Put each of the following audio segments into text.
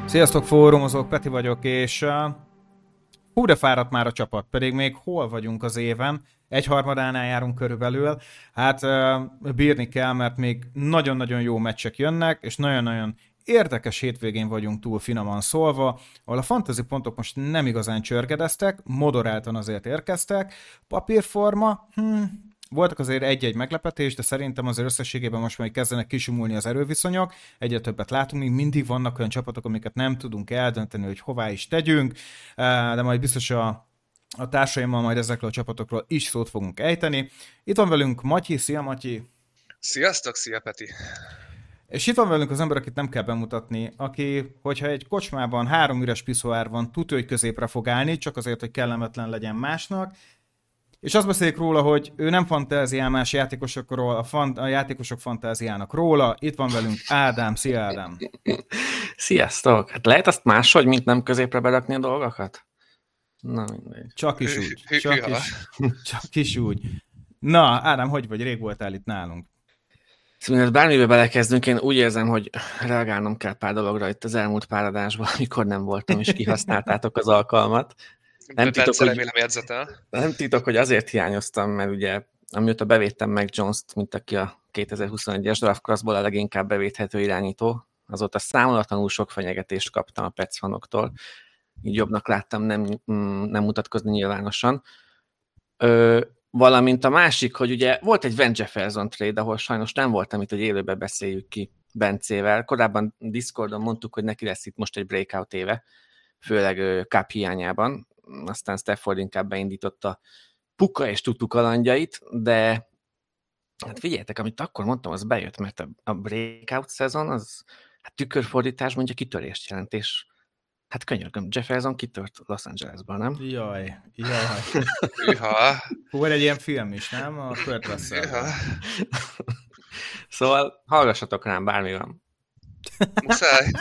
Sziasztok, fórumozók, Peti vagyok, és hú, de fáradt már a csapat, pedig még hol vagyunk az éven, egyharmadánál járunk körülbelül. Hát bírni kell, mert még nagyon-nagyon jó meccsek jönnek, és nagyon-nagyon érdekes hétvégén vagyunk túl finoman szólva, ahol a fantasy pontok most nem igazán csörgedeztek, moderáltan azért érkeztek, papírforma, voltak azért egy-egy meglepetés, de szerintem azért összességében most már kezdenek kisumulni az erőviszonyok, egyre többet látunk, még mindig vannak olyan csapatok, amiket nem tudunk eldönteni, hogy hová is tegyünk, de majd biztos a társaimmal majd ezekről a csapatokról is szót fogunk ejteni. Itt van velünk Matyi, szia Matyi! Sziasztok, szia Peti! És itt van velünk az ember, akit nem kell bemutatni, aki, hogyha egy kocsmában 3 üres piszoár van, tudja, hogy középre fog állni, csak azért, hogy kellemetlen legyen másnak, és azt beszélik róla, hogy ő nem fantáziál más játékosokról, a játékosok fantáziának róla. Itt van velünk Ádám. Szia, Ádám! Sziasztok! Hát lehet azt máshogy, mint nem középre berakni a dolgokat? Na mindegy. Csak is úgy. Csak is úgy. Na, Ádám, hogy vagy? Rég voltál itt nálunk. Szóval bármibe belekezdünk, én úgy érzem, hogy reagálnom kell pár dologra itt az elmúlt pár adásban, amikor nem voltam, és kihasználtátok az alkalmat. Nem titok, hogy azért hiányoztam, mert ugye amióta bevédtem meg Jones-t, mint aki a 2021-es draft classból a leginkább bevédhető irányító, azóta számolatlanul sok fenyegetést kaptam a Pets fanoktól. Így jobbnak láttam nem mutatkozni nyilvánosan. Valamint a másik, hogy ugye volt egy Van Jefferson trade, ahol sajnos nem voltam itt, hogy élőben beszéljük ki Bencével. Korábban Discordon mondtuk, hogy neki lesz itt most egy breakout éve, főleg Cup hiányában. Aztán Stafford inkább beindította Puka és Tutu kalandjait, de hát figyeljetek, amit akkor mondtam, az bejött, mert a breakout szezon az hát tükörfordítás mondja kitörést jelent, és hát könyörgöm, Jefferson kitört Los Angelesban, nem? Jaj. Volt egy ilyen film is, nem? A Kurt Russell. Szóval hallgassatok rám, bármi van. Muszáj.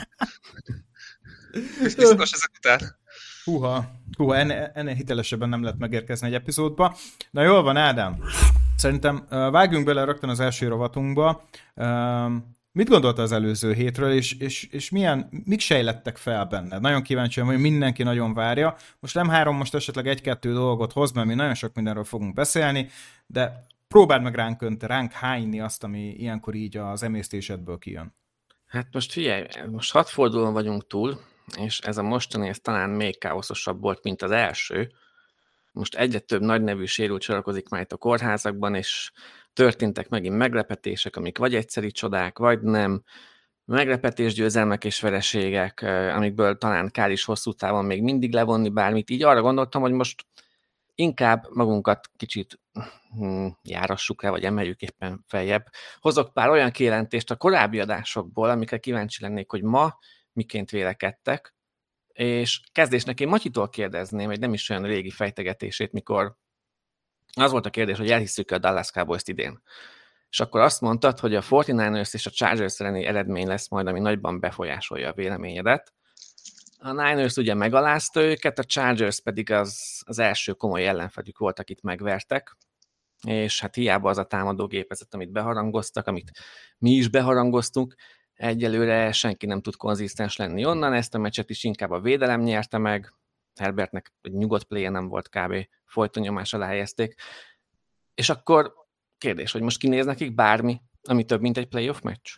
Biztos ezek után. Húha, ennél hitelesebben nem lehet megérkezni egy epizódba. Na jól van, Ádám. Szerintem vágjunk bele rögtön az első rovatunkba. Mit gondolta az előző hétről, és mik sejlettek fel benned? Nagyon kíváncsi hogy mindenki nagyon várja. Most nem 3, most esetleg 1-2 dolgot hoz, mert mi nagyon sok mindenről fogunk beszélni, de próbáld meg ránk hányni azt, ami ilyenkor így az emésztésedből kijön. Hát most figyelj, most 6 fordulón vagyunk túl, és ez a mostani ez talán még káoszosabb volt, mint az első. Most egyre több nagy nevű sérült sorakozik már itt a kórházakban, és történtek megint meglepetések, amik vagy egyszeri csodák, vagy nem. Meglepetésgyőzelmek és vereségek, amikből talán kár is hosszú távon még mindig levonni bármit. Így arra gondoltam, hogy most inkább magunkat kicsit járassuk le, vagy emeljük éppen feljebb. Hozok pár olyan kijelentést a korábbi adásokból, amikre kíváncsi lennék, hogy ma miként vélekedtek, és kezdésnek én Matyitól kérdezném, egy nem is olyan régi fejtegetését, mikor az volt a kérdés, hogy elhisszük a Dallas Cowboys-t idén. És akkor azt mondtad, hogy a 49ers és a Chargers elleni eredmény lesz majd, ami nagyban befolyásolja a véleményedet. A Niners ugye megalázta őket, a Chargers pedig az első komoly ellenfelük volt, akit megvertek, és hát hiába az a támadógépezet, amit beharangoztak, amit mi is beharangoztunk, egyelőre senki nem tud konzisztens lenni onnan, ezt a meccset is inkább a védelem nyerte meg, Herbertnek egy nyugodt play-je nem volt kb. Folyton nyomás alá helyezték. És akkor kérdés, hogy most kinéz nekik bármi, ami több, mint egy playoff meccs?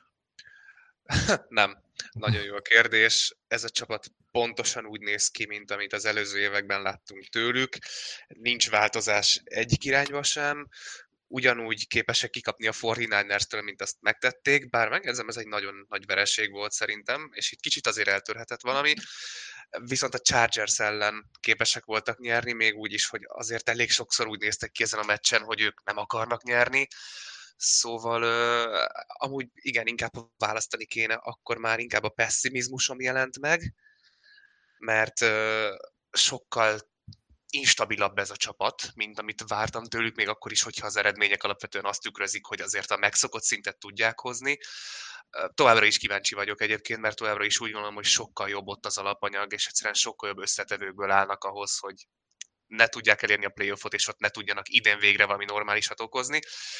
Nem. Nagyon jó a kérdés. Ez a csapat pontosan úgy néz ki, mint amit az előző években láttunk tőlük. Nincs változás egyik irányba sem. Ugyanúgy képesek kikapni a 49ers-től, mint azt megtették, bár megjegyzem, ez egy nagyon nagy vereség volt szerintem, és itt kicsit azért eltörhetett valami. Viszont a Chargers ellen képesek voltak nyerni, még úgy is, hogy azért elég sokszor úgy néztek ki ezen a meccsen, hogy ők nem akarnak nyerni. Szóval amúgy igen, inkább választani kéne, akkor már inkább a pessimizmusom jelent meg, mert sokkal instabilabb ez a csapat, mint amit vártam tőlük, még akkor is, hogyha az eredmények alapvetően azt tükrözik, hogy azért a megszokott szintet tudják hozni. Továbbra is kíváncsi vagyok egyébként, mert továbbra is úgy gondolom, hogy sokkal jobb ott az alapanyag, és egyszerűen sokkal jobb összetevőkből állnak ahhoz, hogy ne tudják elérni a playoffot, és ott ne tudjanak idén végre valami normálisat okozni.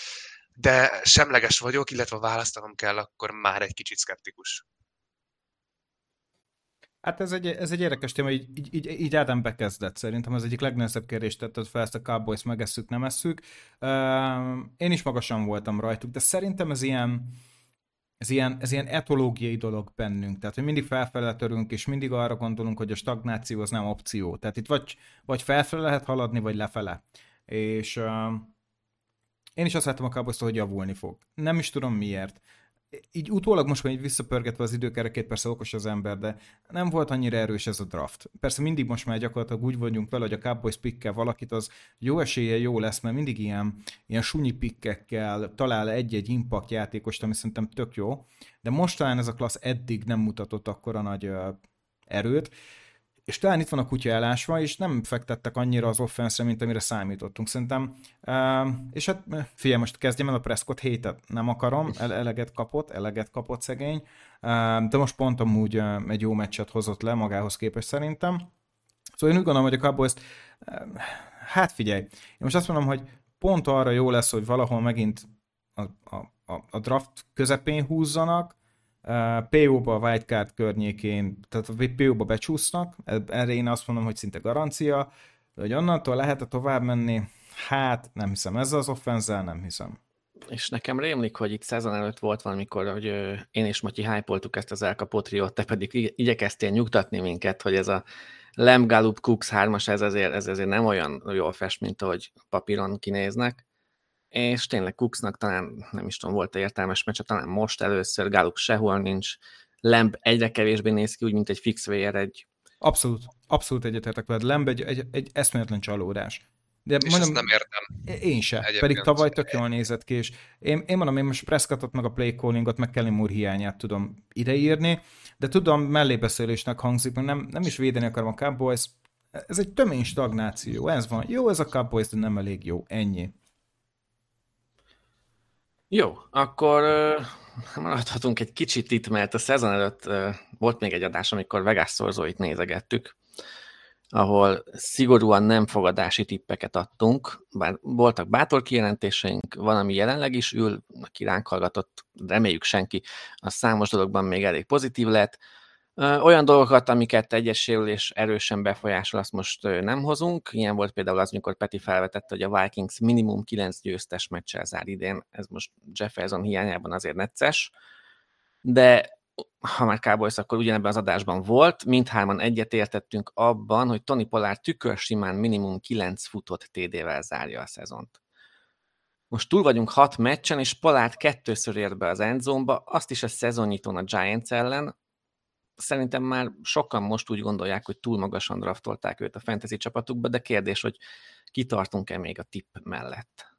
De semleges vagyok, illetve választanom kell, akkor már egy kicsit szkeptikus. Hát ez egy érdekes téma, így Ádám bekezdett. Szerintem az egyik legnehezebb kérdést tetted fel, ezt a Cowboys megesszük, nem esszük. Én is magasan voltam rajtuk, de szerintem ez ilyen etológiai dolog bennünk. Tehát, hogy mindig felfele törünk, és mindig arra gondolunk, hogy a stagnáció az nem opció. Tehát itt vagy felfele lehet haladni, vagy lefele. És én is azt láttam a Cowboys-tól, hogy javulni fog. Nem is tudom miért. Így utólag most már így visszapörgetve az időkerekét, persze okos az ember, de nem volt annyira erős ez a draft. Persze mindig most már gyakorlatilag úgy vagyunk vele, hogy a Cowboys pickkel valakit, az jó esélye jó lesz, mert mindig ilyen sunyi pikkekkel talál egy-egy impact játékost, ami szerintem tök jó, de most talán ez a klassz eddig nem mutatott akkora nagy erőt, és talán itt van a kutya elásva, és nem fektettek annyira az offense-re, mint amire számítottunk. Szerintem, és hát figyelj, most kezdjem el a Prescott hétet, nem akarom, eleget kapott szegény, de most pont amúgy egy jó meccset hozott le magához képest szerintem. Szóval én úgy gondolom, hogy a Cowboys, hát figyelj, én most azt mondom, hogy pont arra jó lesz, hogy valahol megint a draft közepén húzzanak, PO-ba a wildcard környékén, tehát a PO-ba becsúsznak, erre én azt mondom, hogy szinte garancia, de hogy onnantól lehet tovább menni, hát nem hiszem, ezzel az offenzel nem hiszem. És nekem rémlik, hogy itt szezon előtt volt valamikor, hogy én és Matyi hype-oltuk ezt az elkapott triót, te pedig igyekeztél nyugtatni minket, hogy ez a Lamb, Gallup, Cooks 3-as, ez azért nem olyan jól fest, mint ahogy papíron kinéznek. És tényleg Cooksnak talán, nem is tudom, volt értelmes meccs, talán most először, Gallup sehol nincs, Lamb egyre kevésbé néz ki, úgy, mint egy fix VR Abszolút egyetértek veled. Lamb egy eszméletlen csalódás. De és mondom, ezt nem értem. Én se, egyébként. Pedig tavaly tök jól nézett ki, és én mondom, én most Prescottot, meg a play callingot, meg Kellen Moore hiányát tudom ideírni, de tudom, mellébeszélésnek hangzik, meg nem is védeni akarom a Cowboys. Ez egy tömény stagnáció, ez van. Jó ez a Cowboys, de nem elég jó, ennyi. Jó, akkor maradhatunk egy kicsit itt, mert a szezon előtt volt még egy adás, amikor Vegas szorzóit nézegettük, ahol szigorúan nem fogadási tippeket adtunk, bár voltak bátor kijelentéseink, van, ami jelenleg is ül, aki ránk hallgatott, reméljük senki, az számos dologban még elég pozitív lett. Olyan dolgokat, amiket egyes sérülés erősen befolyásol, azt most nem hozunk. Ilyen volt például az, amikor Peti felvetette, hogy a Vikings minimum 9 győztes meccsel zár idén. Ez most Jefferson hiányában azért necces. De ha már Cowboys, akkor ugyanebben az adásban volt. Mindhárman egyetértettünk abban, hogy Tony Pollard tükörsimán minimum 9 futott TD-vel zárja a szezont. Most túl vagyunk 6 meccsen, és Pollard 2-ször ért be az endzone-ba, azt is a szezonnyitón a Giants ellen. Szerintem már sokan most úgy gondolják, hogy túl magasan draftolták őt a fantasy csapatukba, de kérdés, hogy kitartunk-e még a tipp mellett?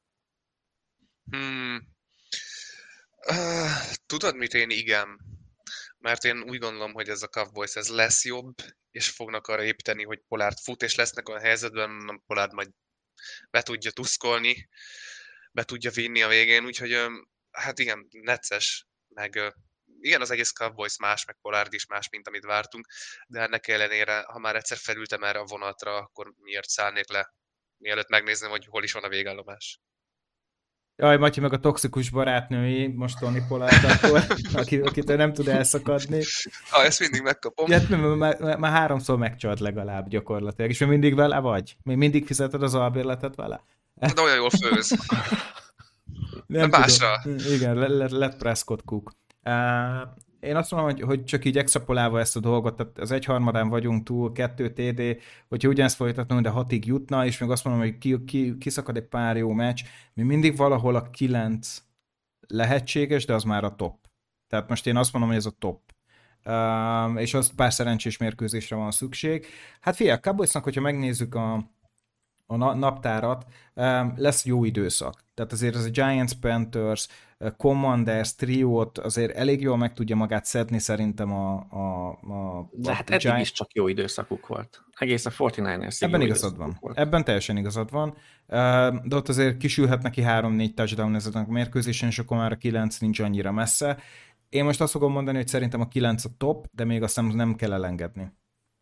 Tudod mit, én igen. Mert én úgy gondolom, hogy ez a Cowboys ez lesz jobb, és fognak arra építeni, hogy Pollard fut, és lesznek olyan helyzetben, Pollard majd be tudja tuszkolni, be tudja vinni a végén, úgyhogy hát igen, necces, meg igen, az egész Cowboys más, meg Pollard is más, mint amit vártunk, de ennek ellenére, ha már egyszer felültem erre a vonatra, akkor miért szállnék le, mielőtt megnézném, hogy hol is van a végállomás. Jaj, Matyi, meg a toxikus barátnői, most Tony Pollard akkor, akitől nem tud elszakadni. Ezt mindig megkapom. Ja, már 3-szor megcsalt legalább gyakorlatilag, és még mindig vele vagy? Még mindig fizeted az albérletet vele? De olyan jól főz. Nem másra. Igen, lett Prescott Cook. Én azt mondom, hogy csak így extrapolálva ezt a dolgot, tehát az 1/3 vagyunk túl, 2 TD, hogyha ugyanezt folytatnunk, de 6-ig jutna, és még azt mondom, hogy kiszakad egy pár jó meccs, mi mindig valahol a 9 lehetséges, de az már a top. Tehát most én azt mondom, hogy ez a top. És az pár szerencsés mérkőzésre van szükség. Hát figyelj, a Cowboysnak, hogyha megnézzük a naptárat, lesz jó időszak. Tehát azért az a Giants, Panthers, Commanders, triót azért elég jól meg tudja magát szedni szerintem de hát eddig is csak jó időszakuk volt. Egész a 49ers. Ebben igazad van. Volt. Ebben teljesen igazad van. De ott azért kisülhet neki 3-4 touchdown ezen a mérkőzésen, és akkor már a 9 nincs annyira messze. Én most azt fogom mondani, hogy szerintem a 9 a top, de még azt nem kell elengedni.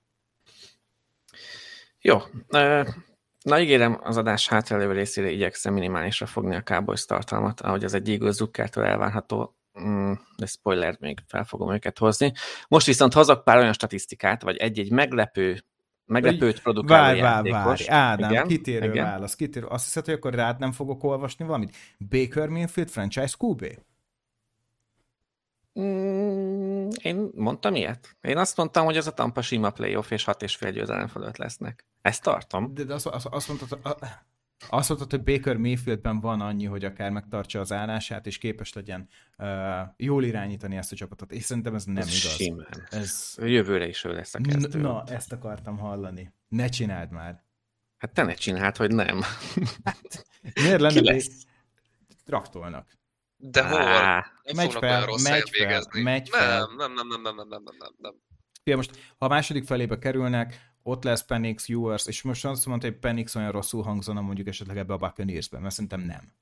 Jó. Na ígérem, az adás hátralévő részére igyekszem minimálisra fogni a Cowboys tartalmat, ahogy az egy Eagles Zuckertől elvárható. de spoiler, még fel fogom őket hozni. Most viszont hozok pár olyan statisztikát, vagy egy-egy meglepőt produkáló játékos. Ádám, Igen, kitérő igen. válasz, kitérő. Azt hiszed, hogy akkor rád nem fogok olvasni valamit? Baker Mayfield franchise QB? Én mondtam ilyet? Én azt mondtam, hogy ez a Tampa sima playoff és 6,5 győzelem fölött lesznek. Ezt tartom. De azt mondtad, hogy Baker Mayfieldben van annyi, hogy akár megtartsa az állását, és képes legyen jól irányítani ezt a csapatot. És szerintem ez nem igaz. Simán. Ez... Jövőre is ő lesz a kezdő. Na, ezt akartam hallani. Ne csináld már. Hát te ne csináld, hogy nem. Miért lenne? Ki lesz? Traktolnak. De hol? Nem Megy fognak fel, olyan rossz helyen végezni. megy fel. Nem. Fia, most, ha a második felébe kerülnek, ott lesz Penix, Ewers, és most azt mondta, hogy Penix olyan rosszul hangzana mondjuk esetleg ebbe a Buccaneersben, mert szerintem nem.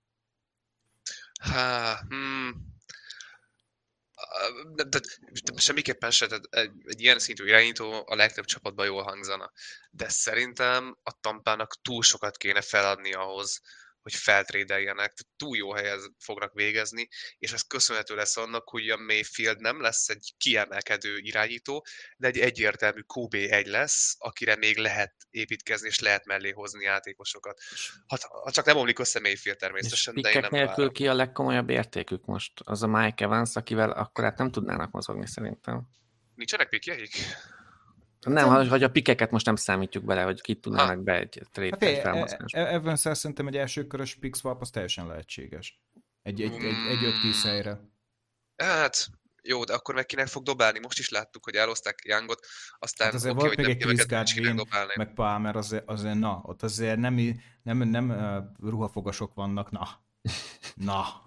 De semmiképpen se, tehát egy ilyen szintű irányító a legtöbb csapatban jól hangzana. De szerintem a Tampának túl sokat kéne feladni ahhoz, hogy feltrédeljenek, tehát túl jó helyen fognak végezni, és ez köszönhető lesz annak, hogy a Mayfield nem lesz egy kiemelkedő irányító, de egy egyértelmű QB1 lesz, akire még lehet építkezni, és lehet mellé hozni játékosokat. Ha csak nem omlik össze Mayfield természetesen, de én nem nélkül várom. ki a legkomolyabb értékük most? Az a Mike Evans, akivel akkor hát nem tudnának mozogni szerintem. Nincsenek pikjeik? Nem, hogy a pikeket most nem számítjuk bele, hogy ki tudnának be egy trade egy felmozgásba. Ebben szerintem egy elsőkörös pick swap az teljesen lehetséges. Egy 5-10 helyre. Hát, jó, de akkor meg kinek fog dobálni? Most is láttuk, hogy elhozták Youngot, aztán Hát azért oké, volt hogy még nem egy Chris éveket nincs kinek Godwin, dobálni. meg Palmer, azért na, ott azért nem ruhafogasok vannak, na.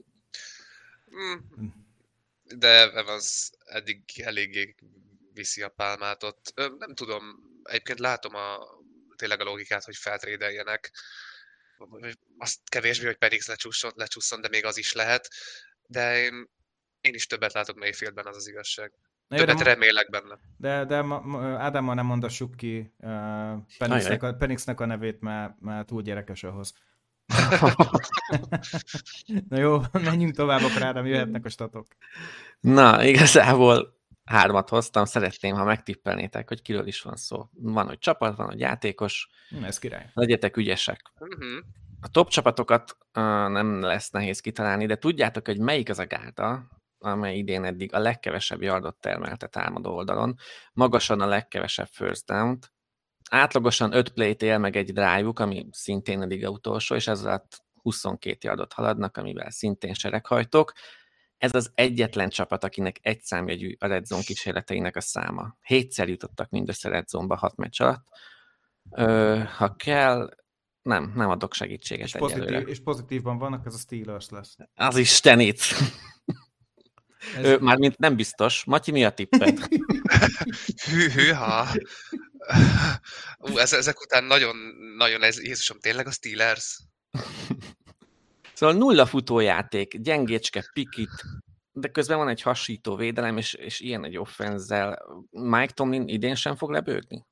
De Evans eddig eléggé viszi a pálmát ott. Nem tudom, egyébként látom tényleg a logikát, hogy feltrédeljenek. Azt kevésbé, hogy Penix lecsúszson, de még az is lehet. De én is többet látok Mayfieldben, az az igazság. Többet remélek benne. De Ádámmal nem mondassuk ki Penixnek a nevét, mert túl gyerekes ahhoz. Na jó, menjünk tovább, akkor Ádám, jöhetnek a statok. Na, igazából 3 hoztam, szeretném, ha megtippelnétek, hogy kiről is van szó. Van, hogy csapat, van, hogy játékos. Ez király. Legyetek ügyesek. A top csapatokat nem lesz nehéz kitalálni, de tudjátok, hogy melyik az a gárda, amely idén eddig a legkevesebb yardot termelte támadó oldalon, magasan a legkevesebb first down-t, átlagosan 5 play-t él meg egy drive-uk, ami szintén a liga utolsó, és ezzel alatt 22 yardot haladnak, amivel szintén sereghajtók. Ez az egyetlen csapat, akinek egy számjegyű a red zone kísérleteinek a száma. 7-szer jutottak mindössze red zone-ba 6 meccs alatt. Ha kell, nem adok segítséget egyelőre. És pozitívban vannak, ez a Steelers lesz. Az Istenit! Mármint nem biztos. Matyi, mi a tipped? Hűha! Ezek után nagyon Jézusom, tényleg a Steelers? Szóval 0 futójáték, gyengécske, pikit, de közben van egy hasító védelem, és ilyen egy offenzel. Mike Tomlin idén sem fog lebőgni?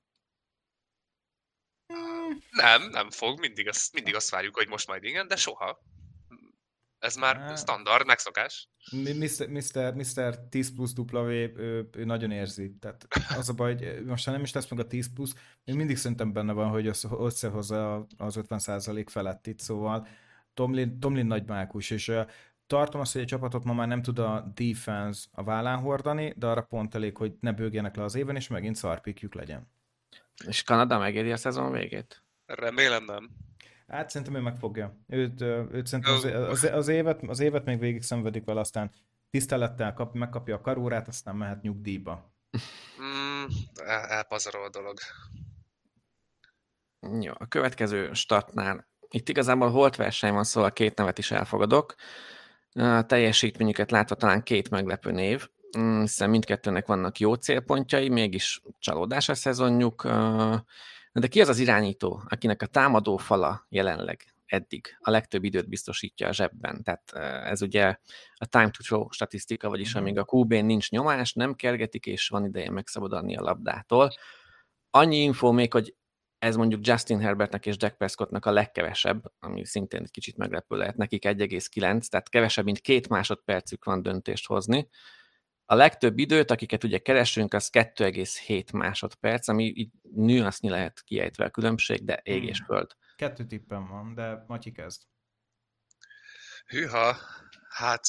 Nem fog. Mindig azt várjuk, hogy most majd igen, de soha. Ez már standard, megszokás. Mr. 10 plusz W, ő nagyon érzi. Tehát az a baj, hogy most nem is lesz meg a 10 plusz, én mindig szerintem benne van, hogy összehozza az 50% felett itt, szóval Tomlin nagy mákus, és tartom azt, hogy egy csapatot ma már nem tud a defense a vállán hordani, de arra pont elég, hogy ne bőgjenek le az éven, és megint szarpikjük legyen. És Kanada megéri a szezon végét? Remélem nem. Hát szerintem ő megfogja. Őt szerintem az évet még végig szenvedik vele, aztán tisztelettel megkapja a karórát, aztán mehet nyugdíjba. Elpazarol a dolog. Jó, a következő startnál itt igazából holt verseny van, szóval 2 nevet is elfogadok. A teljesítményüket látva talán 2 meglepő név, hiszen mindkettőnek vannak jó célpontjai, mégis csalódás a szezonjuk. De ki az az irányító, akinek a támadó fala jelenleg eddig a legtöbb időt biztosítja a zsebben? Tehát ez ugye a time to throw statisztika, vagyis amíg a QB-n nincs nyomás, nem kergetik, és van ideje megszabadulni a labdától. Annyi infó még, hogy ez mondjuk Justin Herbertnek és Dak Prescottnak a legkevesebb, ami szintén egy kicsit meglepő lehet, nekik 1,9, tehát kevesebb, mint 2 másodpercük van döntést hozni. A legtöbb időt, akiket ugye keresünk, az 2,7 másodperc, ami így nüansznyi lehet kiejtve a különbség, de ég és föld. 2 tippem van, de Matyi kezd. Hűha, hát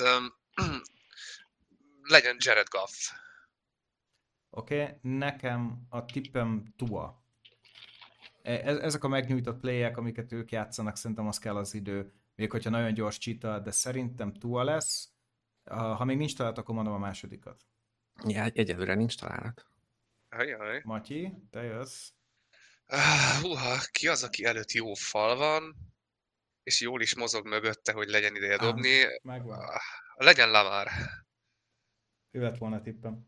legyen Jared Goff. Oké, nekem a tippem Tua. Ezek a megnyújtott playek, amiket ők játszanak, szerintem az kell az idő, még hogyha nagyon gyors csita, de szerintem Tua lesz. Ha még nincs találat, akkor mondom a másodikat. Ja, egyelőre nincs találat. Ajaj. Matyi, te jössz. Húha, ki az, aki előtt jó fal van, és jól is mozog mögötte, hogy legyen ideje dobni. Megvan. Legyen Lamar. Ő lett volna a tippem.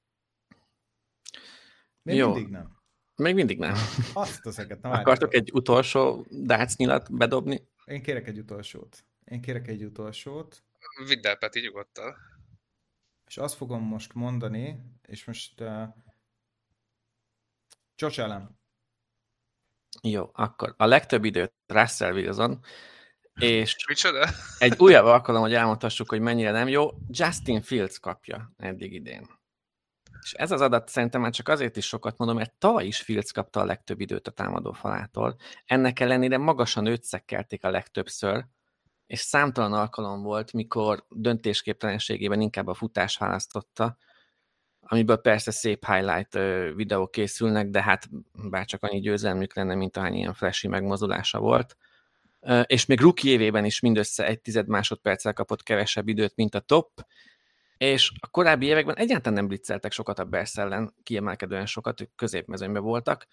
Még Jó. mindig nem. Még mindig nem. Azt az eget. Akartok egy utolsó dárcnyilat bedobni? Én kérek egy utolsót. Vidd el, Peti, nyugodtan. És azt fogom most mondani, és most Josh Allen. Jó, akkor a legtöbb időt Russell Wilson, és Micsoda? egy újabb alkalom, hogy elmondhassuk, hogy mennyire nem jó, Justin Fields kapja eddig idén. És ez az adat szerintem már csak azért is sokat mondom, mert tavaly is Fields kapta a legtöbb időt a támadó falától. Ennek ellenére magasan őt szekkelték a legtöbbször, és számtalan alkalom volt, mikor döntésképtelenségében inkább a futás választotta, amiből persze szép highlight videók készülnek, de hát bárcsak annyi győzelmük lenne, mint ahány ilyen flashy megmozdulása volt. És még rookie évében is mindössze 1,1 másodperccel kapott kevesebb időt, mint a top, és a korábbi években egyáltalán nem blitzeltek sokat a Bears ellen, kiemelkedően sokat, ők középmezőnyben voltak.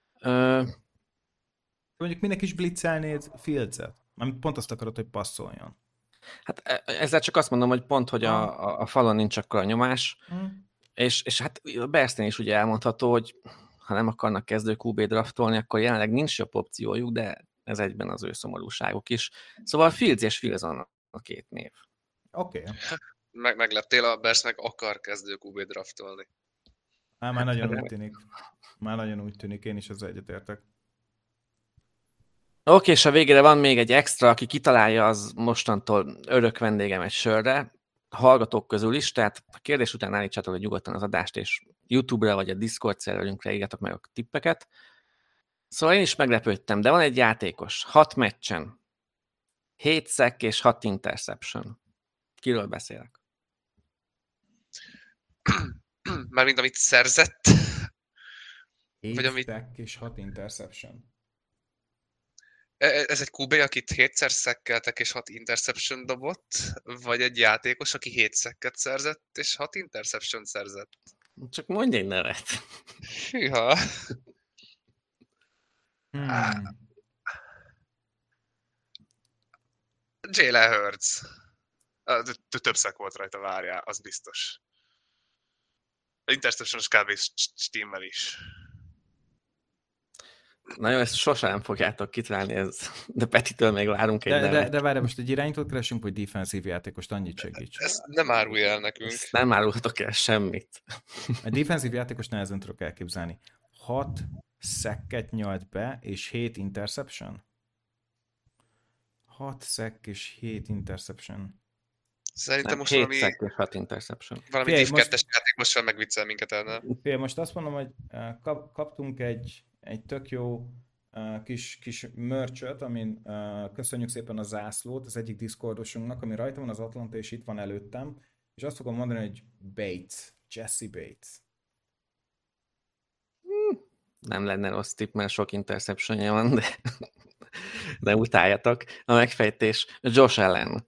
Mondjuk minek is blitzelnéd Fields-et? Amit pont azt akarod, hogy passzoljon. Hát ezzel csak azt mondom, hogy pont, hogy a falon nincs akkor a nyomás, és hát a Bearsnél is ugye elmondható, hogy ha nem akarnak kezdő QB draftolni, akkor jelenleg nincs jobb opciójuk, de ez egyben az ő szomorúságuk is. Szóval Fields és Wilson a két név. Oké. Megleptél, a Bears meg akar kezdő QB draftolni. Már nagyon úgy tűnik. Én is ezzel egyetértek. Oké, és a végére van még egy extra, aki kitalálja, az mostantól örök vendégem egy sörre, hallgatók közül is, tehát a kérdés után állítsátok le nyugodtan az adást, és YouTube-ra vagy a Discord szerverünkre írjatok meg a tippeket. Szóval én is meglepődtem, de van egy játékos, 6 meccsen, 7 sack és 6 interception. Kiről beszélek? Mármint amit szerzett. 7 sack és 6 interception. Ez egy QB, akit 7-szer szekkeltek és 6 interception dobott, vagy egy játékos, aki 7 sacket szerzett és 6 interception szerzett? Csak mondj egy nevet. Hűha. Jalen Hurts. Több szek volt rajta, várjál, az biztos. Interception-os kb. Stimmel is. Na jó, ezt sosem fogjátok kitalálni, de Petitől még várunk egy nevet. De várj, most egy irányítót keresünk, hogy defensív játékost, annyit segíts. Ezt nem árulj el nekünk. Ezt nem árulhatok el semmit. Egy defensív játékos nehezen tudok elképzelni. 6 sacket nyalt be, és 7 interception? 6 sack és 7 interception. Szerintem most 7 sack és 6 interception. Valami div 2-es játékossal megviccel minket el, nem? Most azt mondom, hogy kaptunk egy tök jó kis merch-öt, amin köszönjük szépen a zászlót az egyik Discordosunknak, ami rajta van az Atlanta, és itt van előttem, és azt fogom mondani, hogy Bates, Jesse Bates. Nem lenne rossz tipp, mert sok interceptionje van, de utáljatok. A megfejtés Josh Allen.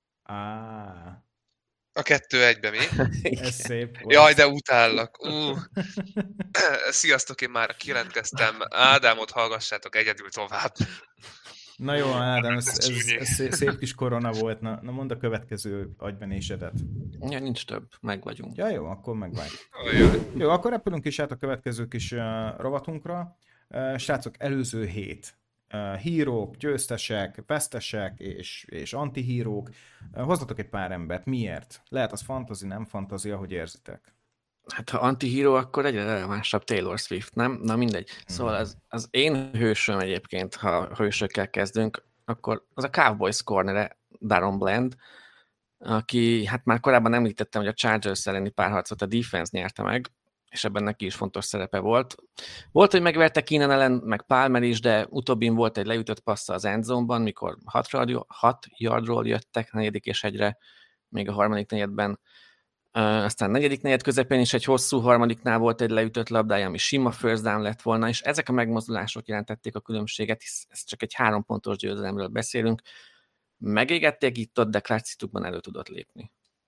A 2-1-be mi? Ez szép. Jaj, de utállak. Sziasztok, én már kijelentkeztem. Ádámot hallgassátok egyedül tovább. Na jó, Ádám, ez szép kis korona volt. Na mondd a következő agybenésedet. Ja, nincs több, meg vagyunk. Ja, jó, akkor megvágy. Jó, akkor repülünk is át a következő kis rovatunkra. Srácok, előző hét. Hírók, győztesek, vesztesek és antihírók. Hozzatok egy pár embert. Miért? Lehet az fantasy, nem fantasy, ahogy érzitek. Hát ha antihíró, akkor egyre relevánsabb Taylor Swift, nem? Na mindegy. Szóval az én hősöm egyébként, ha hősökkel kezdünk, akkor az a Cowboys corner-e Daron Bland, aki, hát már korábban említettem, hogy a Chargers elleni párharcot a defense nyerte meg, és ebben neki is fontos szerepe volt. Volt, hogy megverte Keenan ellen, meg Palmer is, de utóbbin volt egy leütött passza az endzone-ban, mikor 6 yardról jöttek, 4. és 1-re, még a harmadik negyedben. Aztán negyedik negyed közepén is egy hosszú harmadiknál volt egy leütött labdája, ami sima first down lett volna, és ezek a megmozdulások jelentették a különbséget, hisz ez csak egy 3 pontos győzelemről beszélünk. Megégették itt-ott, de Klácsitukban elő tudott lépni.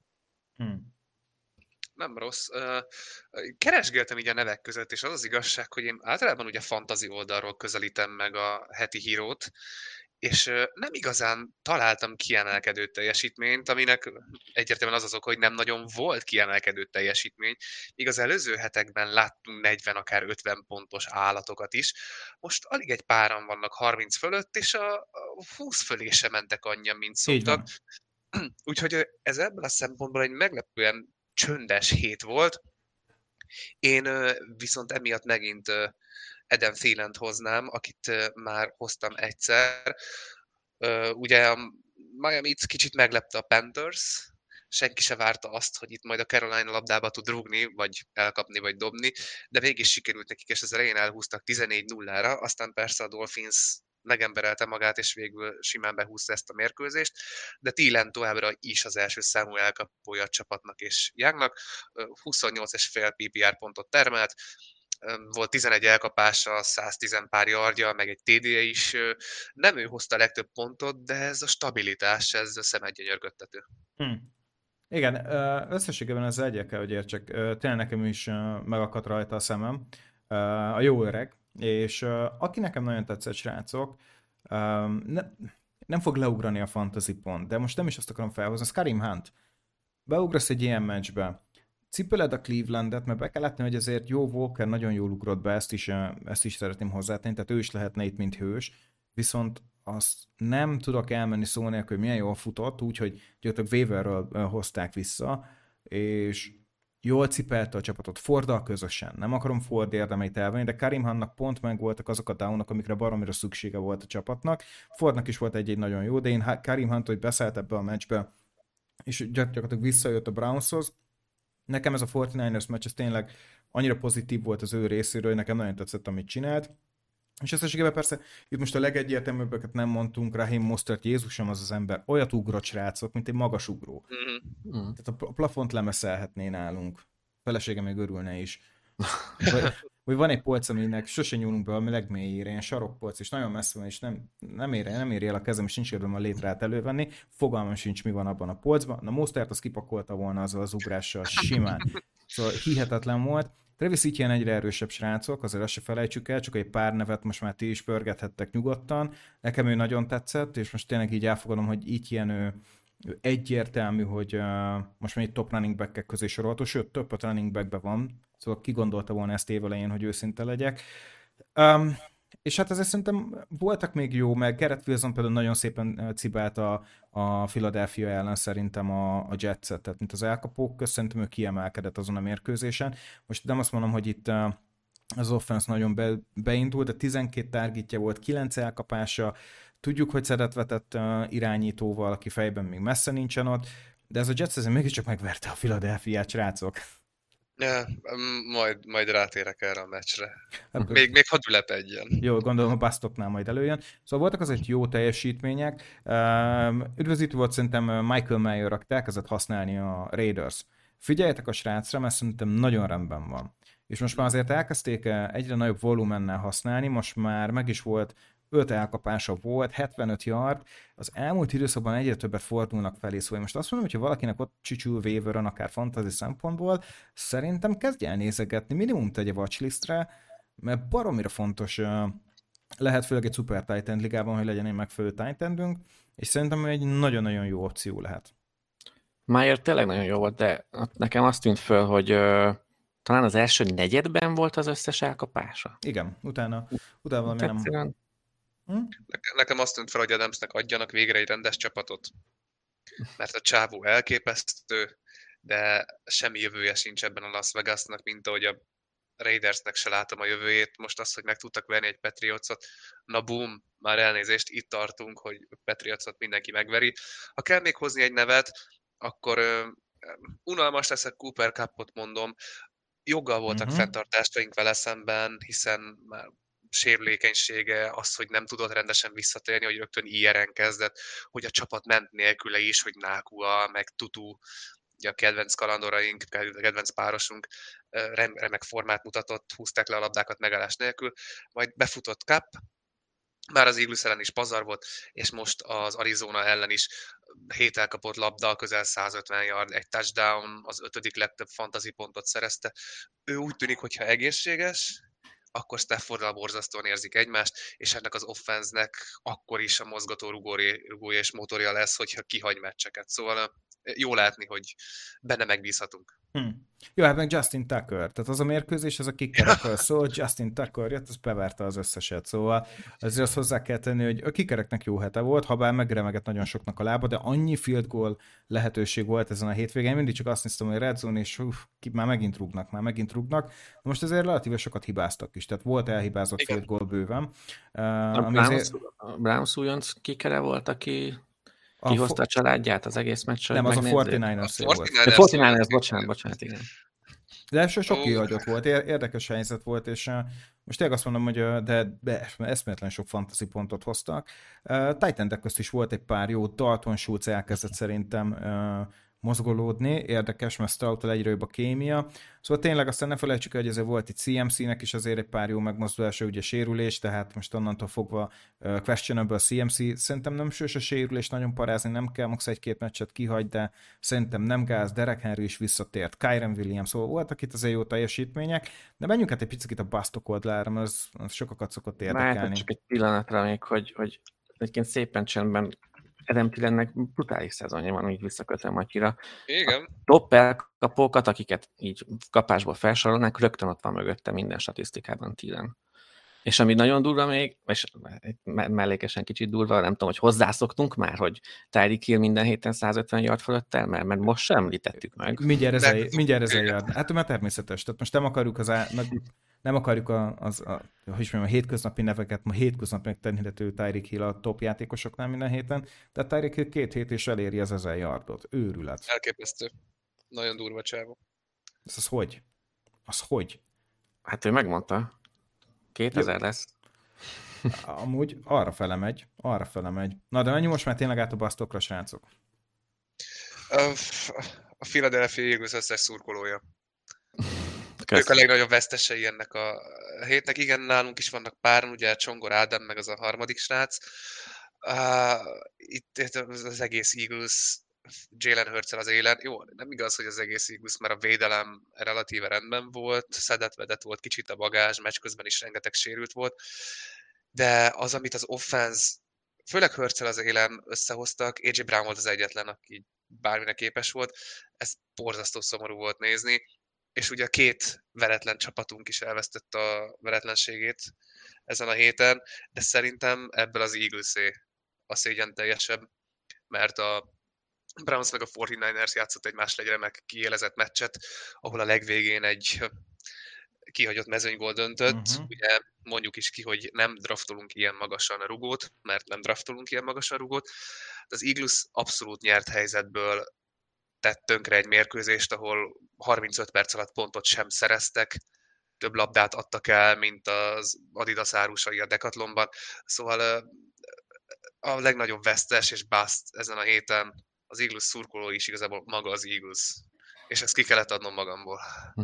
Nem rossz. Keresgéltem így a nevek között, és az az igazság, hogy én általában ugye fantasy oldalról közelítem meg a heti hírót, és nem igazán találtam kiemelkedő teljesítményt, aminek egyértelműen az oka, hogy nem nagyon volt kiemelkedő teljesítmény, míg az előző hetekben láttunk 40, akár 50 pontos állatokat is. Most alig egy páran vannak 30 fölött, és a 20 fölé sem mentek annyian, mint szoktak. Úgyhogy ez ebből a szempontból egy meglepően csöndes hét volt. Én viszont emiatt megint Adam Thielent hoznám, akit már hoztam egyszer. Ugye a Miami kicsit meglepte a Panthers, senki se várta azt, hogy itt majd a Carolina labdába tud rúgni, vagy elkapni, vagy dobni, de mégis sikerült nekik, és az elején elhúztak 14-0-ra, aztán persze a Dolphins megemberelte magát, és végül simán behúzta ezt a mérkőzést, de Thielen továbbra is az első számú elkapója a csapatnak és Youngnak, 28,5 PPR pontot termelt, volt 11 elkapása, 110 pár yardja, meg egy TD-je is. Nem ő hozta a legtöbb pontot, de ez a stabilitás, ez szemedgyönyörködtető. Igen, összességében ezzel egyet kell, hogy értsek. Tényleg nekem is megakadt rajta a szemem. A jó öreg. És aki nekem nagyon tetszett, srácok, nem fog leugrani a fantasy pont, de most nem is azt akarom felhozni, ez Kareem Hunt. Beugrasz egy ilyen meccsbe, cipeled a Clevelandet, mert be kell látni, hogy azért jó Walker nagyon jól ugrott be, ezt is szeretném hozzátenni, tehát ő is lehetne itt, mint hős, viszont azt nem tudok elmenni szó nélkül, hogy milyen jól futott, úgyhogy gyakorlatilag waiverről hozták vissza, és jól cipelte a csapatot Forddal közösen. Nem akarom Ford érdemeit elvenni, de Kareem Huntnak pont meg voltak azok a downok, amikre baromira szüksége volt a csapatnak. Fordnak is volt egy nagyon jó, de én Kareem Hunt, hogy beszállt ebbe a meccsbe, és gyakorlatilag visszajött a Brownshoz. Nekem ez a 49ers meccs, ez tényleg annyira pozitív volt az ő részéről, hogy nekem nagyon tetszett, amit csinált. És összességében persze itt most a legegyértelműbbeket nem mondtunk, Raheem Mostert, Jézusom az ember, olyat ugrott srácok, mint egy magasugró. Tehát a plafont lemeszelhetné nálunk. A felesége még örülne is. Vagy van egy polc, aminek sose nyúlunk be a legmélyére, ilyen sarokpolc, és nagyon messze van, és nem éri el a kezem, és nincs érdemem a létrát elővenni. Fogalmam sincs, mi van abban a polcban. Na Mostert azt kipakolta volna azzal az ugrással simán. Szóval hihetetlen volt. Travis Etienne egyre erősebb srácok, azért azt se felejtsük el, csak egy pár nevet most már ti is pörgethettek nyugodtan. Nekem ő nagyon tetszett, és most tényleg így elfogadom, hogy Etienne ő egyértelmű, hogy most már itt top running back-ek közé sorolható, sőt, több a running back-be van, szóval ki gondolta volna ezt évelején, hogy őszinte legyek. És hát ezért szerintem voltak még jó, meg Garrett Wilson például nagyon szépen cibált a Philadelphia ellen szerintem a Jetset, tehát mint az elkapók közt, szerintem ő kiemelkedett azon a mérkőzésen. Most nem azt mondom, hogy itt az offense nagyon beindult, de 12 targetja volt, 9 elkapása, tudjuk, hogy szedetvetett irányítóval, aki fejben még messze nincsen ott, de ez a Jets azért mégiscsak megverte a Philadelphia-t, srácok. Ja, majd rátérek erre a meccsre. Hát, még hadd ülepedjen. Jó, gondolom a Bastoknál majd előjön. Szóval voltak azért jó teljesítmények. Üdvözítő volt szerintem Michael Mayer, akit elkezdett használni a Raiders. Figyeljetek a srácra, mert szerintem nagyon rendben van. És most már azért elkezdték egyre nagyobb volumennel használni, most már meg is volt 5 elkapása volt, 75 yard, az elmúlt időszakban egyre többet fordulnak felé, szóval most azt mondom, hogy ha valakinek ott csücsül waiveren, akár fantasy szempontból, szerintem kezdj el nézegetni, minimum tegye watchlistre, mert baromira fontos lehet, főleg egy Super Tight End ligában, hogy legyen egy megfelelő Tight Endünk, és szerintem egy nagyon-nagyon jó opció lehet. Mayer tényleg nagyon jó volt, de nekem azt tűnt föl, hogy talán az első negyedben volt az összes elkapása. Igen, utána valami nem... Nekem azt tűnt fel, hogy Adamsnek adjanak végre egy rendes csapatot. Mert a csávó elképesztő, de semmi jövője sincs ebben a Las Vegasnak, mint ahogy a Raidersnek se látom a jövőjét. Most az, hogy meg tudtak venni egy Patriotsot, na boom, már elnézést, itt tartunk, hogy Patriotsot mindenki megveri. Ha kell még hozni egy nevet, akkor unalmas leszek, Cooper Cupot mondom. Joggal voltak fenntartásaink vele szemben, hiszen már sérülékenysége, az, hogy nem tudott rendesen visszatérni, hogy rögtön IR-en kezdett, hogy a csapat ment nélküle is, hogy Nakua, meg Tutu, ugye a kedvenc kalandoraink, kedvenc párosunk remek formát mutatott, húzták le a labdákat megállás nélkül, majd befutott Cup, már az Eagles ellen is pazar volt, és most az Arizona ellen is 7 elkapott labda, közel 150 yard, egy touchdown, az 5. legtöbb fantasy pontot szerezte. Ő úgy tűnik, hogyha egészséges, akkor Staffordral borzasztóan érzik egymást, és ennek az offense-nek akkor is a mozgató rugója és motorja lesz, hogyha kihagy meccseket. Szóval jó látni, hogy benne megbízhatunk. Jó, hát meg Justin Tucker, tehát az a mérkőzés, az a kickerekről szól, Justin Tucker jött, az beverte az összeset, szóval azért azt hozzá kell tenni, hogy a kikereknek jó hete volt, habár megremegett nagyon soknak a lába, de annyi field goal lehetőség volt ezen a hétvégén, mindig csak azt néztem, hogy red zone, és már megint rúgnak. Most azért relatíve sokat hibáztak is, tehát volt elhibázott field goal bőven. A Browns újonc kikere volt, aki kihozta a családját az egész meccsről. Nem, az a 49ers volt. A 49ers, bocsánat, igen. De első sok kihagyott volt, érdekes helyzet volt, és most tényleg azt mondom, hogy de eszméletlen sok fantasy pontot hoztak. Titan-ek közt is volt egy pár jó, Dalton Schultz elkezdett szerintem mozgolódni, érdekes, mert Stroud-tól egyre jobb a kémia. Szóval tényleg aztán ne felejtsük el, hogy azért volt itt CMC-nek is azért egy pár jó megmozdulása, ugye sérülés, tehát most onnantól fogva questionable a CMC. Szerintem nem sős a sérülés, nagyon parázni nem kell, max 1-2 meccset kihagy, de szerintem nem gáz, Derek Henry is visszatért, Kyren Williams, szóval voltak itt azért jó teljesítmények, de menjünk hát egy picit a basztok oldalára, mert az sokakat szokott érdekelni. Már csak egy pillanatra még, hogy egyébként szépen csendben Adam Thielennek brutális szezonja van, így visszakötve Matyira. Igen. A top elkapókat, akiket így kapásból felsorolnánk, rögtön ott van mögötte minden statisztikában Thielen. És ami nagyon durva még, és mellékesen kicsit durva, nem tudom, hogy hozzászoktunk már, hogy Tyreek Hill minden héten 150 yard fölött el, mert most sem említettük meg. Mindjárt ezer yard. Hát már természetes. Tehát most nem akarjuk nem akarjuk a hétköznapi neveket, ma hétköznapi megtenhető Tyreek Hill a top játékosoknál minden héten, de Tyreek Hill 2 hét és eléri az 1000 yardot. Őrület. Elképesztő. Nagyon durva csávó. Az hogy? Az hogy? Hát ő megmondta. 2000 lesz. Amúgy arra fele megy. Na de menjünk most már tényleg át a basztokra, srácok. A Philadelphia Eagles összes szurkolója. Ők a legnagyobb vesztesei ennek a hétnek. Igen, nálunk is vannak páran, ugye Csongor Ádám, meg az a harmadik srác. Itt az egész Eagles Jalen Hurts-el az élen. Jó, nem igaz, hogy az egész Eagles, mert a védelem relatíve rendben volt, szedett-vedett volt kicsit a bagázs, meccs közben is rengeteg sérült volt, de az, amit az offense, főleg Hurts-el az élen összehoztak, AJ Brown volt az egyetlen, aki bármire képes volt, ez borzasztó szomorú volt nézni, és ugye a 2 veretlen csapatunk is elvesztett a veretlenségét ezen a héten, de szerintem ebből az Eagles-é a szégyen teljesebb, mert a Browns meg a 49ers játszott egy máslegy remek kiélezett meccset, ahol a legvégén egy kihagyott mezőnygól döntött. Ugye mondjuk is ki, hogy nem draftolunk ilyen magasan a rugót, mert nem draftolunk ilyen magasan a rugót. Az Eagles abszolút nyert helyzetből tett tönkre egy mérkőzést, ahol 35 perc alatt pontot sem szereztek, több labdát adtak el, mint az Adidas árusai a Decathlonban. Szóval a legnagyobb vesztes és bust ezen a héten az Eagles szurkoló is igazából maga az Eagles. És ezt ki kellett adnom magamból.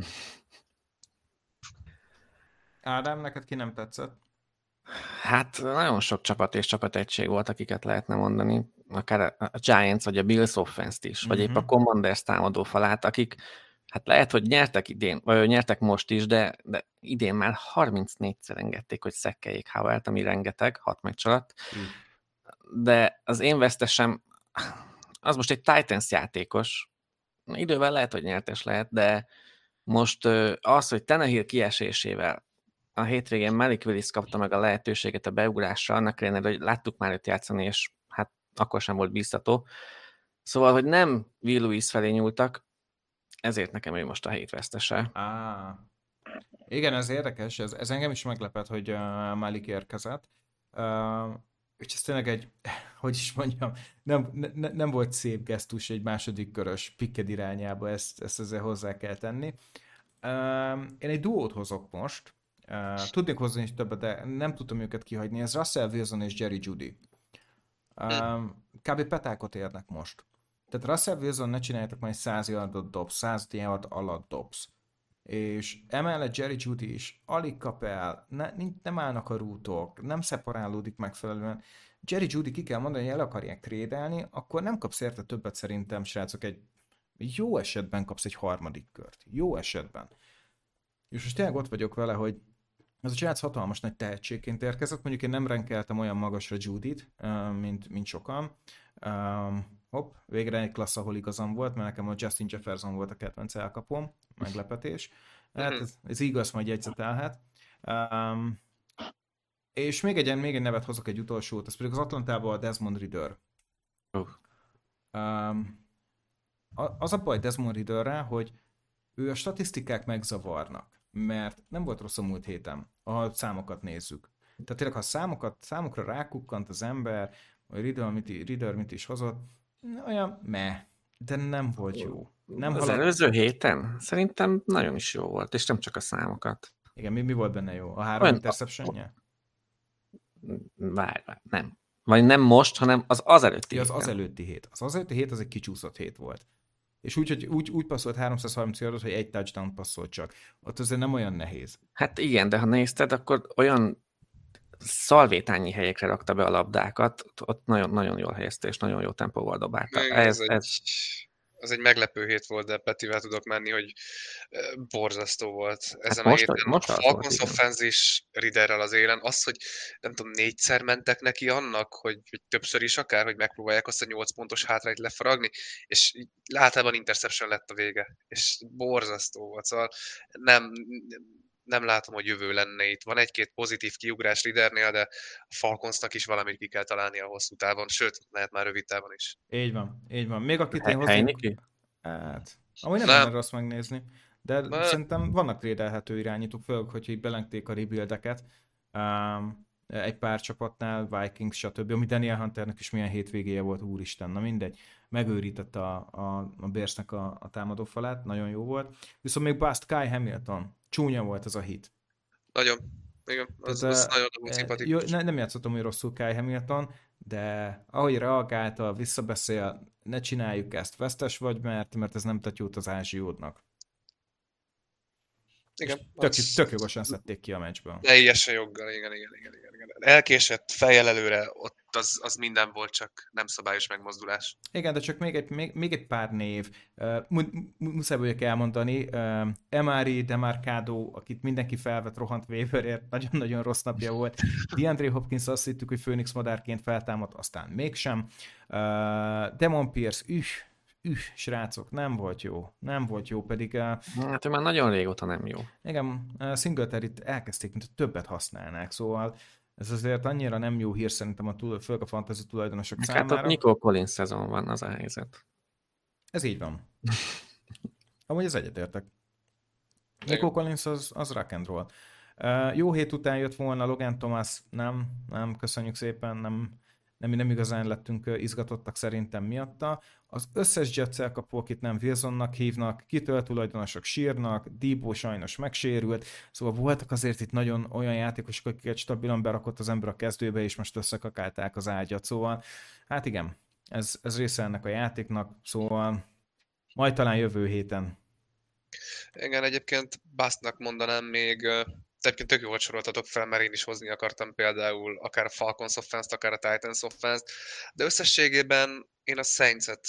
Ádám, neked ki nem tetszett? Hát nagyon sok csapat és csapategység volt, akiket lehetne mondani. Akár a Giants, vagy a Bills offense-t is, vagy épp a Commanders támadó falát, akik hát lehet, hogy nyertek idén, vagy nyertek most is, de idén már 34-szer engedték, hogy szekkeljék Howell-t, ami rengeteg, 6 meccs alatt. De az én vesztesem, az most egy Titans játékos. Idővel lehet, hogy nyertes lehet, de most az, hogy Tannehill kiesésével a hétvégén Malik Willis kapta meg a lehetőséget a beugrásra, annak ellenére, hogy láttuk már őt játszani, és hát akkor sem volt bíztató. Szóval, hogy nem Will Lewis felé nyúltak, ezért nekem ő most a hét vesztese. Igen, ez érdekes, ez engem is meglepett, hogy Malik érkezett. És ez tényleg egy, hogy is mondjam, nem volt szép gesztus egy második körös picked irányába, ezt azért hozzá kell tenni. Én egy duót hozok most. Tudnék hozni is többet, de nem tudtam őket kihagyni. Ez Russell Wilson és Jerry Jeudy. Kb. Petákot érnek most. Tehát Russell Wilson, ne csináljátok majd 100 yardot dobsz, 100 yard alatt dobsz. És emellett Jerry Jeudy is alig kap el, nem állnak a rútok, nem szeparálódik megfelelően. Jerry Jeudy ki kell mondani, hogy el akarják trédelni, akkor nem kapsz érte többet szerintem, srácok, jó esetben kapsz egy harmadik kört. Jó esetben. És most tényleg ott vagyok vele, hogy ez a srác hatalmas nagy tehetségként érkezett, mondjuk én nem renkeltem olyan magasra Jeudyt, mint sokan. Végre egy klassz, ahol igazam volt, mert nekem a Justin Jefferson volt a kedvenc elkapom, meglepetés. Hát ez igaz, majd jegyzetelhet. És még egy nevet hozok, egy utolsót, ez pedig az Atlantában a Desmond Ridder. Az a baj Desmond Ridderrel, hogy ő a statisztikák megzavarnak, mert nem volt rossz a múlt héten, ha számokat nézzük. Tehát tényleg, ha számokra rákukkant az ember, hogy Ridder mit is hozott, olyan de nem volt jó. Az előző héten szerintem nagyon is jó volt, és nem csak a számokat. Igen, mi volt benne jó? A 3 interceptionje? Várj, nem. Vagy nem most, hanem az előtti héten. Az előtti hét. Az előtti hét az egy kicsúszott hét volt. És úgy passzolt 330 yardot, hogy egy touchdown passzolt csak. Ott azért nem olyan nehéz. Hát igen, de ha nézted, akkor olyan szalvétányi helyekre rakta be a labdákat, ott nagyon-nagyon jól helyezte, és nagyon jó tempóval dobálta. Ez egy meglepő hét volt, de Petivel tudok menni, hogy borzasztó volt ezen hát a héten. A Falcons offense is Ridderrel az élen. Az, hogy nem tudom, 4-szer mentek neki annak, hogy többször is akár, hogy megpróbálják azt a 8 pontos hátrányt lefaragni, és általában interception lett a vége. És borzasztó volt. Szóval nem látom, hogy jövő lenne itt. Van egy-két pozitív kiugrás Riddernél, de a Falconsnak is valamit ki kell találni a hosszú távon, sőt, lehet már rövid távon is. Így van. Még akit én hozzá... Hát, amúgy nem lenne rossz megnézni, de szerintem vannak trédelhető irányítók, főleg, hogyha így belengték a rebuildeket. Egy pár csapatnál, Vikings, stb. Ami Daniel Hunternek is milyen hétvégéje volt, úristen, na mindegy. Megőrítette a Bearsnek a támadófalát, nagyon jó volt. Viszont még Bust Kai Hamilton, csúnya volt ez a hit. Nagyon. Igen, az nagyon szimpatikus. Nem játszottam úgy rosszul Kai Hamilton, de ahogy reagálta, visszabeszél, ne csináljuk ezt, vesztes vagy, mert ez nem tett jót az ázsiódnak. Igen. Tök jogosan szedték ki a meccsből. Teljesen joggal, igen. Elkésett fejjel előre, ott az minden volt, csak nem szabályos megmozdulás. Igen, de csak még egy pár név. Muszáj vagyok elmondani. Emery Demarcado, akit mindenki felvett, rohant waiverért, nagyon-nagyon rossz napja volt. DeAndre Hopkins azt hittük, hogy Főnix madárként feltámad, aztán mégsem. Demon Pierce, srácok, nem volt jó, pedig... Hát ő már nagyon régóta nem jó. Igen, Singletaryt elkezdték, mint többet használnák, szóval ez azért annyira nem jó hír szerintem főleg a fantasy tulajdonosok számára. Hát ott Nico Collins szezon van, az a helyzet. Ez így van. Amúgy ez egyetértek. Nico Collins az rock and roll. Jó hét után jött volna Logan Thomas, nem, köszönjük szépen, nem igazán lettünk izgatottak szerintem miatta. Az összes Jets elkapó, akit nem Wilsonnak hívnak, kitől tulajdonosok sírnak, Debo sajnos megsérült, szóval voltak azért itt nagyon olyan játékosok, akiket stabilan berakott az ember a kezdőbe, és most összekakálták az ágyat, szóval hát igen, ez része ennek a játéknak, szóval majd talán jövő héten. Igen, egyébként Bustnak mondanám még, egyébként tök jól soroltatok fel, mert én is hozni akartam például akár a Falcons offense-t, akár a Titans offense-t, de összességében én a Saints-et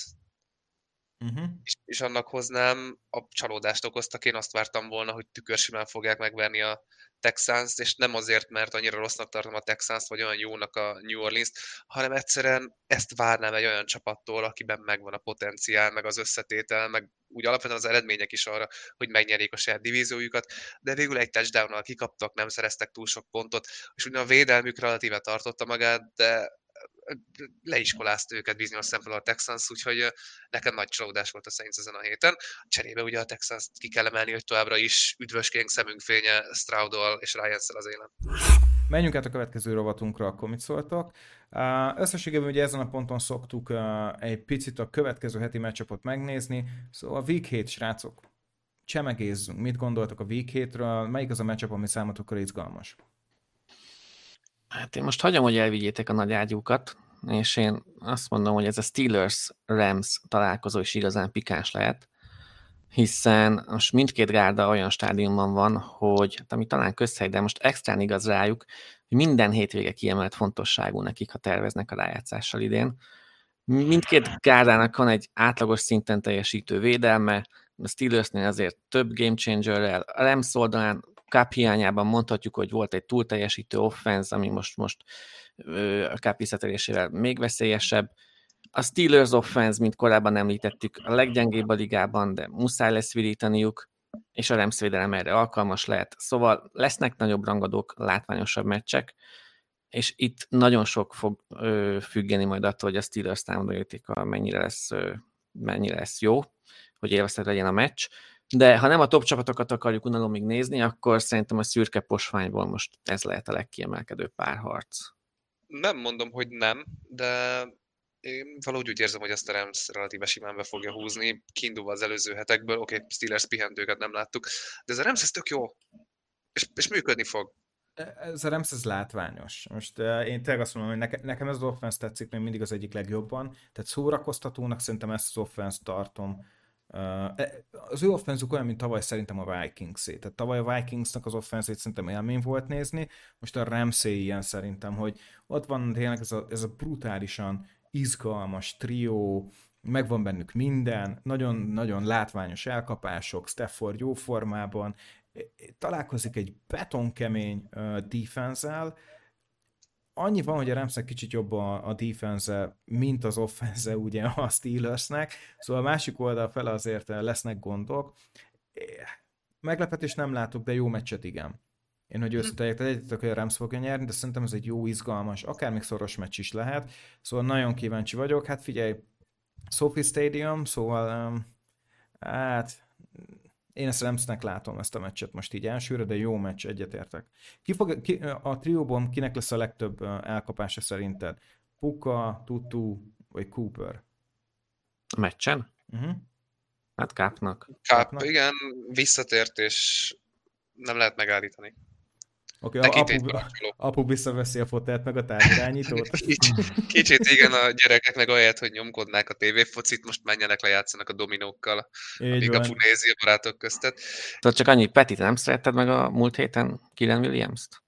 is annak hoznám, a csalódást okoztak, én azt vártam volna, hogy tükörsimán fogják megverni a Texans-t, és nem azért, mert annyira rossznak tartom a Texans-t, vagy olyan jónak a New Orleans-t, hanem egyszerűen ezt várnám egy olyan csapattól, akiben megvan a potenciál, meg az összetétel, meg úgy alapvetően az eredmények is arra, hogy megnyerik a saját divíziójukat, de végül egy touchdownnal kikaptak, nem szereztek túl sok pontot, és ugyan a védelmük relatíve tartotta magát, de leiskolázta őket bizonyos szempontból a Texans, úgyhogy nekem nagy csalódás volt a Saints ezen a héten. Cserébe ugye a Texans ki kell emelni, hogy továbbra is üdvöskénk szemünk fénye Stroud-dal és Ryans-szel az élen. Menjünk át a következő rovatunkra, akkor mit szóltok. Összességében ugye ezen a ponton szoktuk egy picit a következő heti matchupot megnézni, szóval a Week 7, srácok, csemegézzünk. Mit gondoltok a Week 7-ről? Melyik az a matchup, ami számotokra izgalmas? Hát én most hagyom, hogy elvigyétek a nagy ágyúkat, és én azt mondom, hogy ez a Steelers-Rams találkozó is igazán pikáns lehet, hiszen most mindkét gárda olyan stádiumban van, hogy hát, ami talán közhely, de most extrán igaz rájuk, hogy minden hétvége kiemelt fontosságú nekik, ha terveznek a rájátszással idén. Mindkét gárdának van egy átlagos szinten teljesítő védelme, a Steelersnél azért több game changerrel, a Rams oldalán Cup hiányában mondhatjuk, hogy volt egy túl teljesítő offense, ami most a Cup visszatérésével még veszélyesebb. A Steelers offense, mint korábban említettük, a leggyengébb a ligában, de muszáj lesz virítaniuk, és a Rams védelem erre alkalmas lehet. Szóval lesznek nagyobb rangadók, látványosabb meccsek, és itt nagyon sok fog függeni majd attól, hogy a Steelers támadójátéka mennyire lesz jó, hogy élvezhető legyen a meccs. De ha nem a top csapatokat akarjuk unalomig nézni, akkor szerintem a szürke posványból most ez lehet a legkiemelkedőbb párharc. Nem mondom, hogy nem, de én valahogy úgy érzem, hogy ezt a Rams relatíve simán be fogja húzni, kiindulva az előző hetekből. Oké, Steelers pihenőket nem láttuk, de ez a Rams ez tök jó, és működni fog. Ez a Rams, ez látványos. Most én tényleg azt mondom, hogy nekem ez az offense tetszik még mindig az egyik legjobban, tehát szórakoztatónak szerintem ezt az offense tartom. Az ő offenzuk olyan, mint tavaly szerintem a Vikings-é. Tehát tavaly a Vikingsnak az offenzét szerintem élmény volt nézni, most a Ramsé ilyen szerintem, hogy ott van tényleg ez a brutálisan izgalmas trió, megvan bennük minden, nagyon-nagyon látványos elkapások, Stafford jó formában, találkozik egy betonkemény defense-el. Annyi van, hogy a Ramsnek kicsit jobb a defense, mint az offense ugye a Steelersnek, szóval a másik oldal fele azért lesznek gondok. Meglepetést nem látok, de jó meccset igen. Én, hogy összetegyek, egyetek, hogy a Rams fogja nyerni, de szerintem ez egy jó, izgalmas, akár még szoros meccs is lehet, szóval nagyon kíváncsi vagyok. Hát figyelj, Sophie Stadium, szóval hát én ezt Ramsnek látom ezt a meccset most így elsőre, de jó meccs, egyetértek. A trióban kinek lesz a legtöbb elkapása szerinted? Puka, Tutu vagy Cooper? A meccsen? Uh-huh. Hát Cupnak. Cup, igen, visszatért, és nem lehet megállítani. Oké, apu visszaveszi a fotelt, meg a távirányítót. Kicsit igen, a gyerekek meg ahelyett, hogy nyomkodnák a tévéfocit, most menjenek lejátszanak a dominókkal, amíg apu nézi a barátok köztet. Tehát csak annyi, Peti, nem szeretted meg a múlt héten Kyren Williams-t?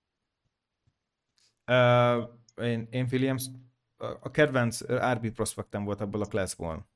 Én Williams, a kedvenc RB prospektem volt abból a classból.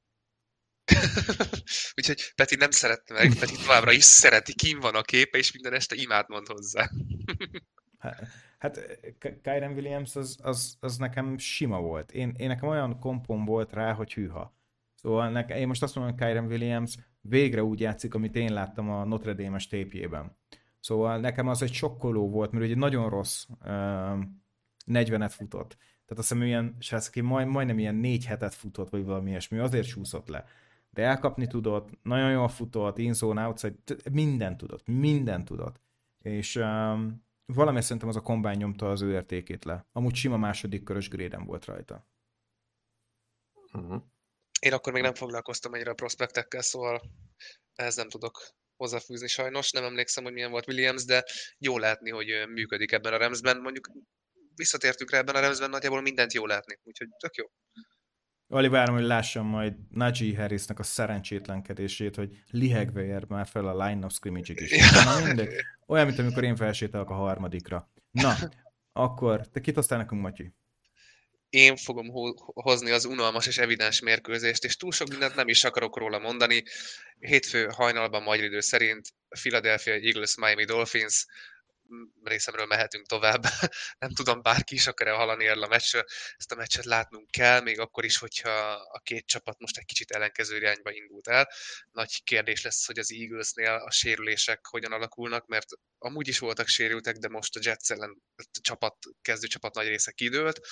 Úgyhogy Peti nem szerette meg, Peti továbbra is szereti, kim van a képe, és minden este imát mond hozzá. Hát Kyren Williams az nekem sima volt. Én nekem olyan kompom volt rá, hogy hűha. Szóval én most azt mondom, hogy Kyren Williams végre úgy játszik, amit én láttam a Notre Dame-es tépjében. Szóval nekem az egy sokkoló volt, mert ugye nagyon rossz 40-et futott. Tehát azt hiszem, ilyen, majdnem ilyen 4 hetet futott, vagy valami ilyesmi, azért súszott le. De elkapni tudott, nagyon jól futott, in-zone, outside, mindent tudott. És valami szerintem az a combine nyomta az ő értékét le. Amúgy sima második körös gréden volt rajta. Uh-huh. Én akkor még nem foglalkoztam ennyire a prospektekkel, szóval ehhez nem tudok hozzáfűzni sajnos. Nem emlékszem, hogy milyen volt Williams, de jó látni, hogy működik ebben a Ramsben. Mondjuk visszatértünk rá, ebben a Ramsben nagyjából mindent jó látni, úgyhogy tök jó. Alig várom, hogy lássam majd Najee Harrisnek a szerencsétlenkedését, hogy lihegve ér már fel a line of scrimmage-ig is. Na mindegy. Olyan, mint amikor én felsétálok a harmadikra. Na, akkor te kit hoztál nekünk, Matyi? Én fogom hozni az unalmas és evidens mérkőzést, és túl sok mindent nem is akarok róla mondani. Hétfő hajnalban magyar idő szerint Philadelphia Eagles, Miami Dolphins, részemről mehetünk tovább. Nem tudom, bárki is akar-e hallani erről a meccsről. Ezt a meccset látnunk kell, még akkor is, hogyha a két csapat most egy kicsit ellenkező irányba indult el. Nagy kérdés lesz, hogy az Eaglesnél a sérülések hogyan alakulnak, mert amúgy is voltak sérültek, de most a Jets ellen kezdőcsapat nagy része kidőlt.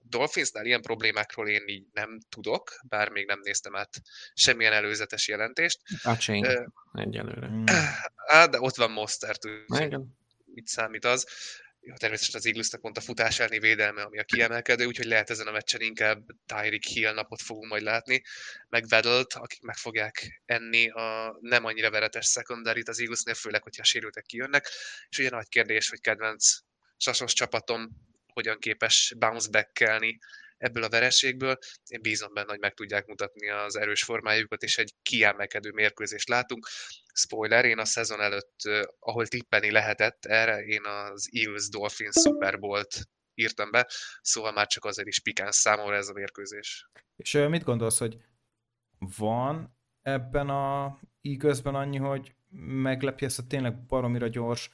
Dolphinsnál ilyen problémákról én így nem tudok, bár még nem néztem át semmilyen előzetes jelentést. Acsing egyelőre. De ott van Mostert, úgyhogy Igen. mit számít az. Jó, természetesen az Eaglesnek pont a futás elleni védelme, ami a kiemelkedő, úgyhogy lehet ezen a meccsen inkább Tyreek Hill napot fogunk majd látni, meg Weddle-t, akik meg fogják enni a nem annyira veretes secondary-t az Eaglesnél, főleg, hogyha a sérültek kijönnek. És ugye nagy kérdés, hogy kedvenc sasos csapatom hogyan képes bounce back-kelni ebből a vereségből. Én bízom benne, hogy meg tudják mutatni az erős formájukat, és egy kiemelkedő mérkőzést látunk. Spoiler, én a szezon előtt, ahol tippelni lehetett erre, én az Eagles Dolphins Super Bowl-t írtam be, szóval már csak azért is pikáns számomra ez a mérkőzés. És mit gondolsz, hogy van ebben a Eaglesben annyi, hogy meglepje ezt a tényleg baromira gyors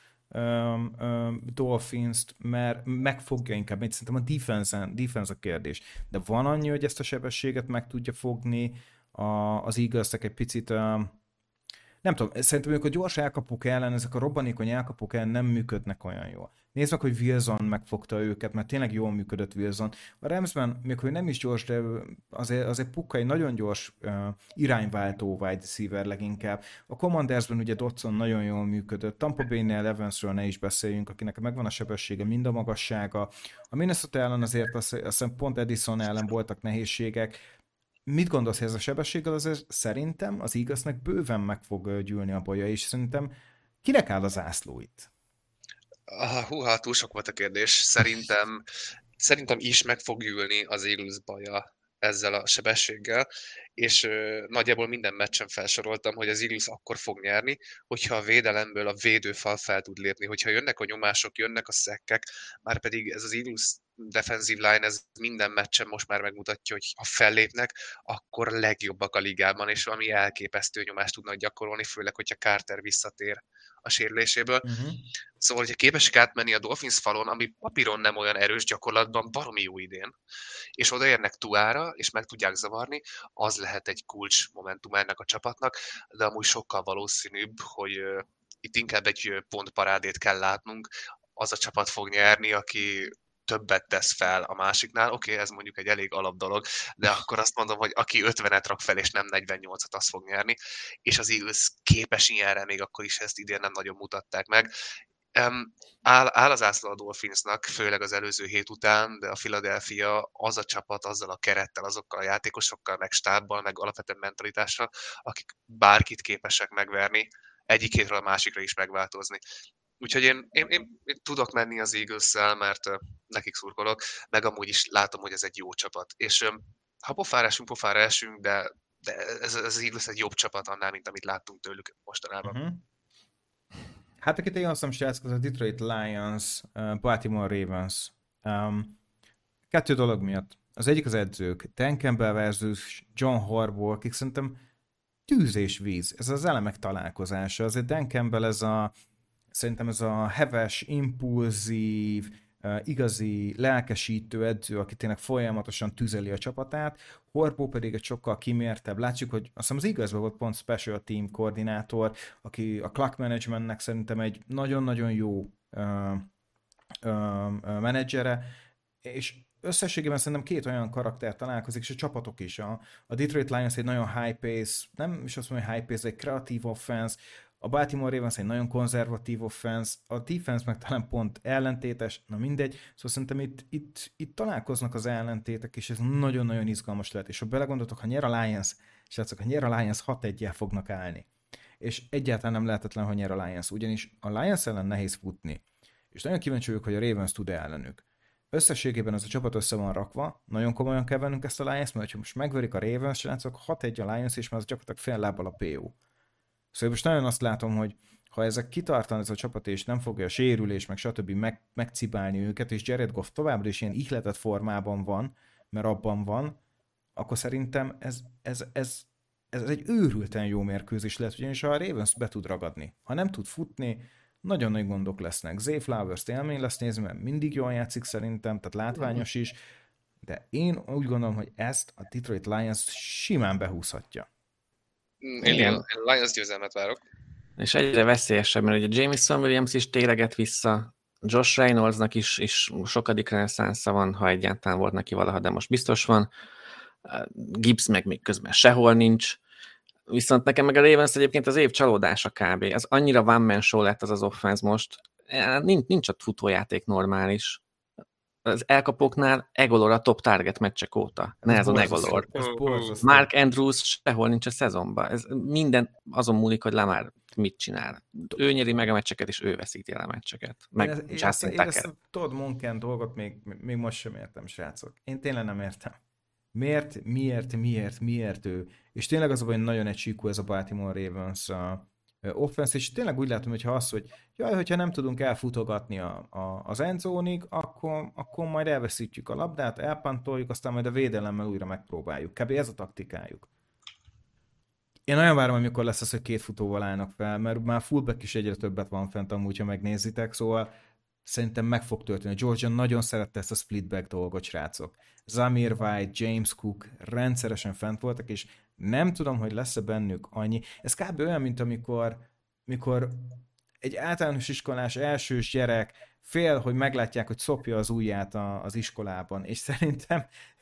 Dolphins-t, mert megfogja inkább, mert szerintem a defense a kérdés. De van annyi, hogy ezt a sebességet meg tudja fogni az Eaglesnek egy picit, nem tudom, szerintem ők a gyors elkapuk ellen, ezek a robbanékony elkapuk ellen nem működnek olyan jól. Nézd meg, hogy Wilson megfogta őket, mert tényleg jól működött Wilson. A Ramsben, még hogy nem is gyors, de azért Pukka egy nagyon gyors irányváltó wide receiver leginkább. A Commandersben ugye Dodson nagyon jól működött. Tampa Bay-nél Evansről ne is beszéljünk, akinek megvan a sebessége, mind a magassága. A Minnesota ellen azért azt hiszem pont Edison ellen voltak nehézségek. Mit gondolsz, hogy ez a sebességgel azért szerintem az Eaglesnek bőven meg fog gyűlni a baja, és szerintem kinek áll az ászló itt? Húha, túl sok volt a kérdés. Szerintem is meg fog gyűlni az Eagles baja ezzel a sebességgel, és nagyjából minden meccsen felsoroltam, hogy az Eagles akkor fog nyerni, hogyha a védelemből a védőfal fel tud lépni, hogyha jönnek a nyomások, jönnek a szekkek, már pedig ez az Eagles defensive line, ez minden meccsen most már megmutatja, hogy ha fellépnek, akkor legjobbak a ligában, és valami elképesztő nyomást tudnak gyakorolni, főleg, hogyha Carter visszatér a sérüléséből. Szóval, hogyha képesek átmenni a Dolphins falon, ami papíron nem olyan erős, gyakorlatban baromi jó idén, és odaérnek Tuára, és meg tudják zavarni, az lehet egy kulcs momentum ennek a csapatnak, de amúgy sokkal valószínűbb, hogy itt inkább egy pontparádét kell látnunk, az a csapat fog nyerni, aki többet tesz fel a másiknál. Oké, ez mondjuk egy elég alap dolog, de akkor azt mondom, hogy aki 50-et rak fel, és nem 48-at, az fog nyerni, és az Eagles képes ilyenre, még akkor is ezt idén nem nagyon mutatták meg. Áll az ászló a Dolphinsnak, főleg az előző hét után, de a Philadelphia az a csapat azzal a kerettel, azokkal a játékosokkal, meg stábbal, meg alapvetően mentalitással, akik bárkit képesek megverni, egyik hétről a másikra is megváltozni. Úgyhogy én tudok menni az Eagles-szel, mert nekik szurkolok, meg amúgy is látom, hogy ez egy jó csapat. És ha pofára esünk, de ez az Eagles egy jobb csapat annál, mint amit láttunk tőlük mostanában. Uh-huh. Hát akit én hoztam, srácok, az a Detroit Lions, Baltimore Ravens. Kettő dolog miatt. Az egyik az edzők, Dan Campbell versus John Harbaugh, akik szerintem tűz és víz. Ez az elemek találkozása. Azért Dan Campbell szerintem ez a heves, impulzív, igazi, lelkesítő edző, aki tényleg folyamatosan tüzeli a csapatát, Harbaugh pedig egy sokkal kimértebb. Látjuk, hogy azt hiszem az Eaglesben volt pont special team koordinátor, aki a clock managementnek szerintem egy nagyon-nagyon jó menedzsere, és összességében szerintem két olyan karakter találkozik, és a csapatok is. A Detroit Lions egy nagyon high pace, nem is azt mondom, hogy high pace, egy kreatív offense, a Baltimore Ravens egy nagyon konzervatív offense, a defense meg talán pont ellentétes, na mindegy, szóval szerintem itt találkoznak az ellentétek, és ez nagyon-nagyon izgalmas lehet, és ha belegondoltok, ha nyer a Lions, srácok, ha nyer a Lions 6-1-jel fognak állni, és egyáltalán nem lehetetlen, hogy nyer a Lions, ugyanis a Lions ellen nehéz futni, és nagyon kíváncsi vagyok, hogy a Ravens tud-e ellenük. Összességében ez a csapat össze van rakva, nagyon komolyan kell vennünk ezt a Lions, mert ha most megverik a Ravens, srácok, 6-1 a Lions, és már az gyakorlatilag fél lábbal a PO. Szóval most nagyon azt látom, hogy ha ezek kitartan ez a csapat, és nem fogja a sérülés, meg stb. Megcibálni őket, és Jared Goff továbbra is ilyen ihletett formában van, mert abban van, akkor szerintem ez egy őrülten jó mérkőzés lehet, ugyanis ha a Ravens be tud ragadni. Ha nem tud futni, nagyon nagy gondok lesznek. Zay Flowers-t élmény lesz nézni, mert mindig jól játszik szerintem, tehát látványos is, de én úgy gondolom, hogy ezt a Detroit Lions simán behúzhatja. Én Lions győzelmet várok. És egyre veszélyesebb, mert ugye Jameson Williams is téreget vissza, Josh Reynoldsnak is sokadik reneszánsza van, ha egyáltalán volt neki valaha, de most biztos van. Gibbs meg még közben sehol nincs. Viszont nekem meg a Ravens egyébként az év csalódása kb. Az annyira one-man show lett az offense most. Nincs ott futójáték normális. Az elkapóknál Egolor a top target meccsek óta. Nehezon Egolor. Mark Andrews sehol nincs a szezonban. Ez minden azon múlik, hogy Lamar mit csinál. Ő nyeri meg a meccseket, és ő veszíti el a meccseket. Meg Justin Tucker. Ezt a Todd Monken dolgot még most sem értem, srácok. Én tényleg nem értem. Miért ő? És tényleg az a baj, hogy nagyon egysíkú ez a Baltimore Ravens offense, és tényleg úgy látom, hogy hogyha nem tudunk elfutogatni az endzónig, akkor majd elveszítjük a labdát, elpantoljuk, aztán majd a védelemmel újra megpróbáljuk. Kb. Ez a taktikájuk. Én nagyon várom, amikor lesz az, hogy 2 futóval állnak fel, mert már fullback is egyre többet van fent amúgy, ha megnézitek, szóval szerintem meg fog történni. Georgia nagyon szerette ezt a splitback dolgot, srácok. Zamir White, James Cook rendszeresen fent voltak, és nem tudom, hogy lesz-e bennük annyi. Ez kb. Olyan, mint amikor egy általános iskolás elsős gyerek fél, hogy meglátják, hogy szopja az ujját az iskolában, és szerintem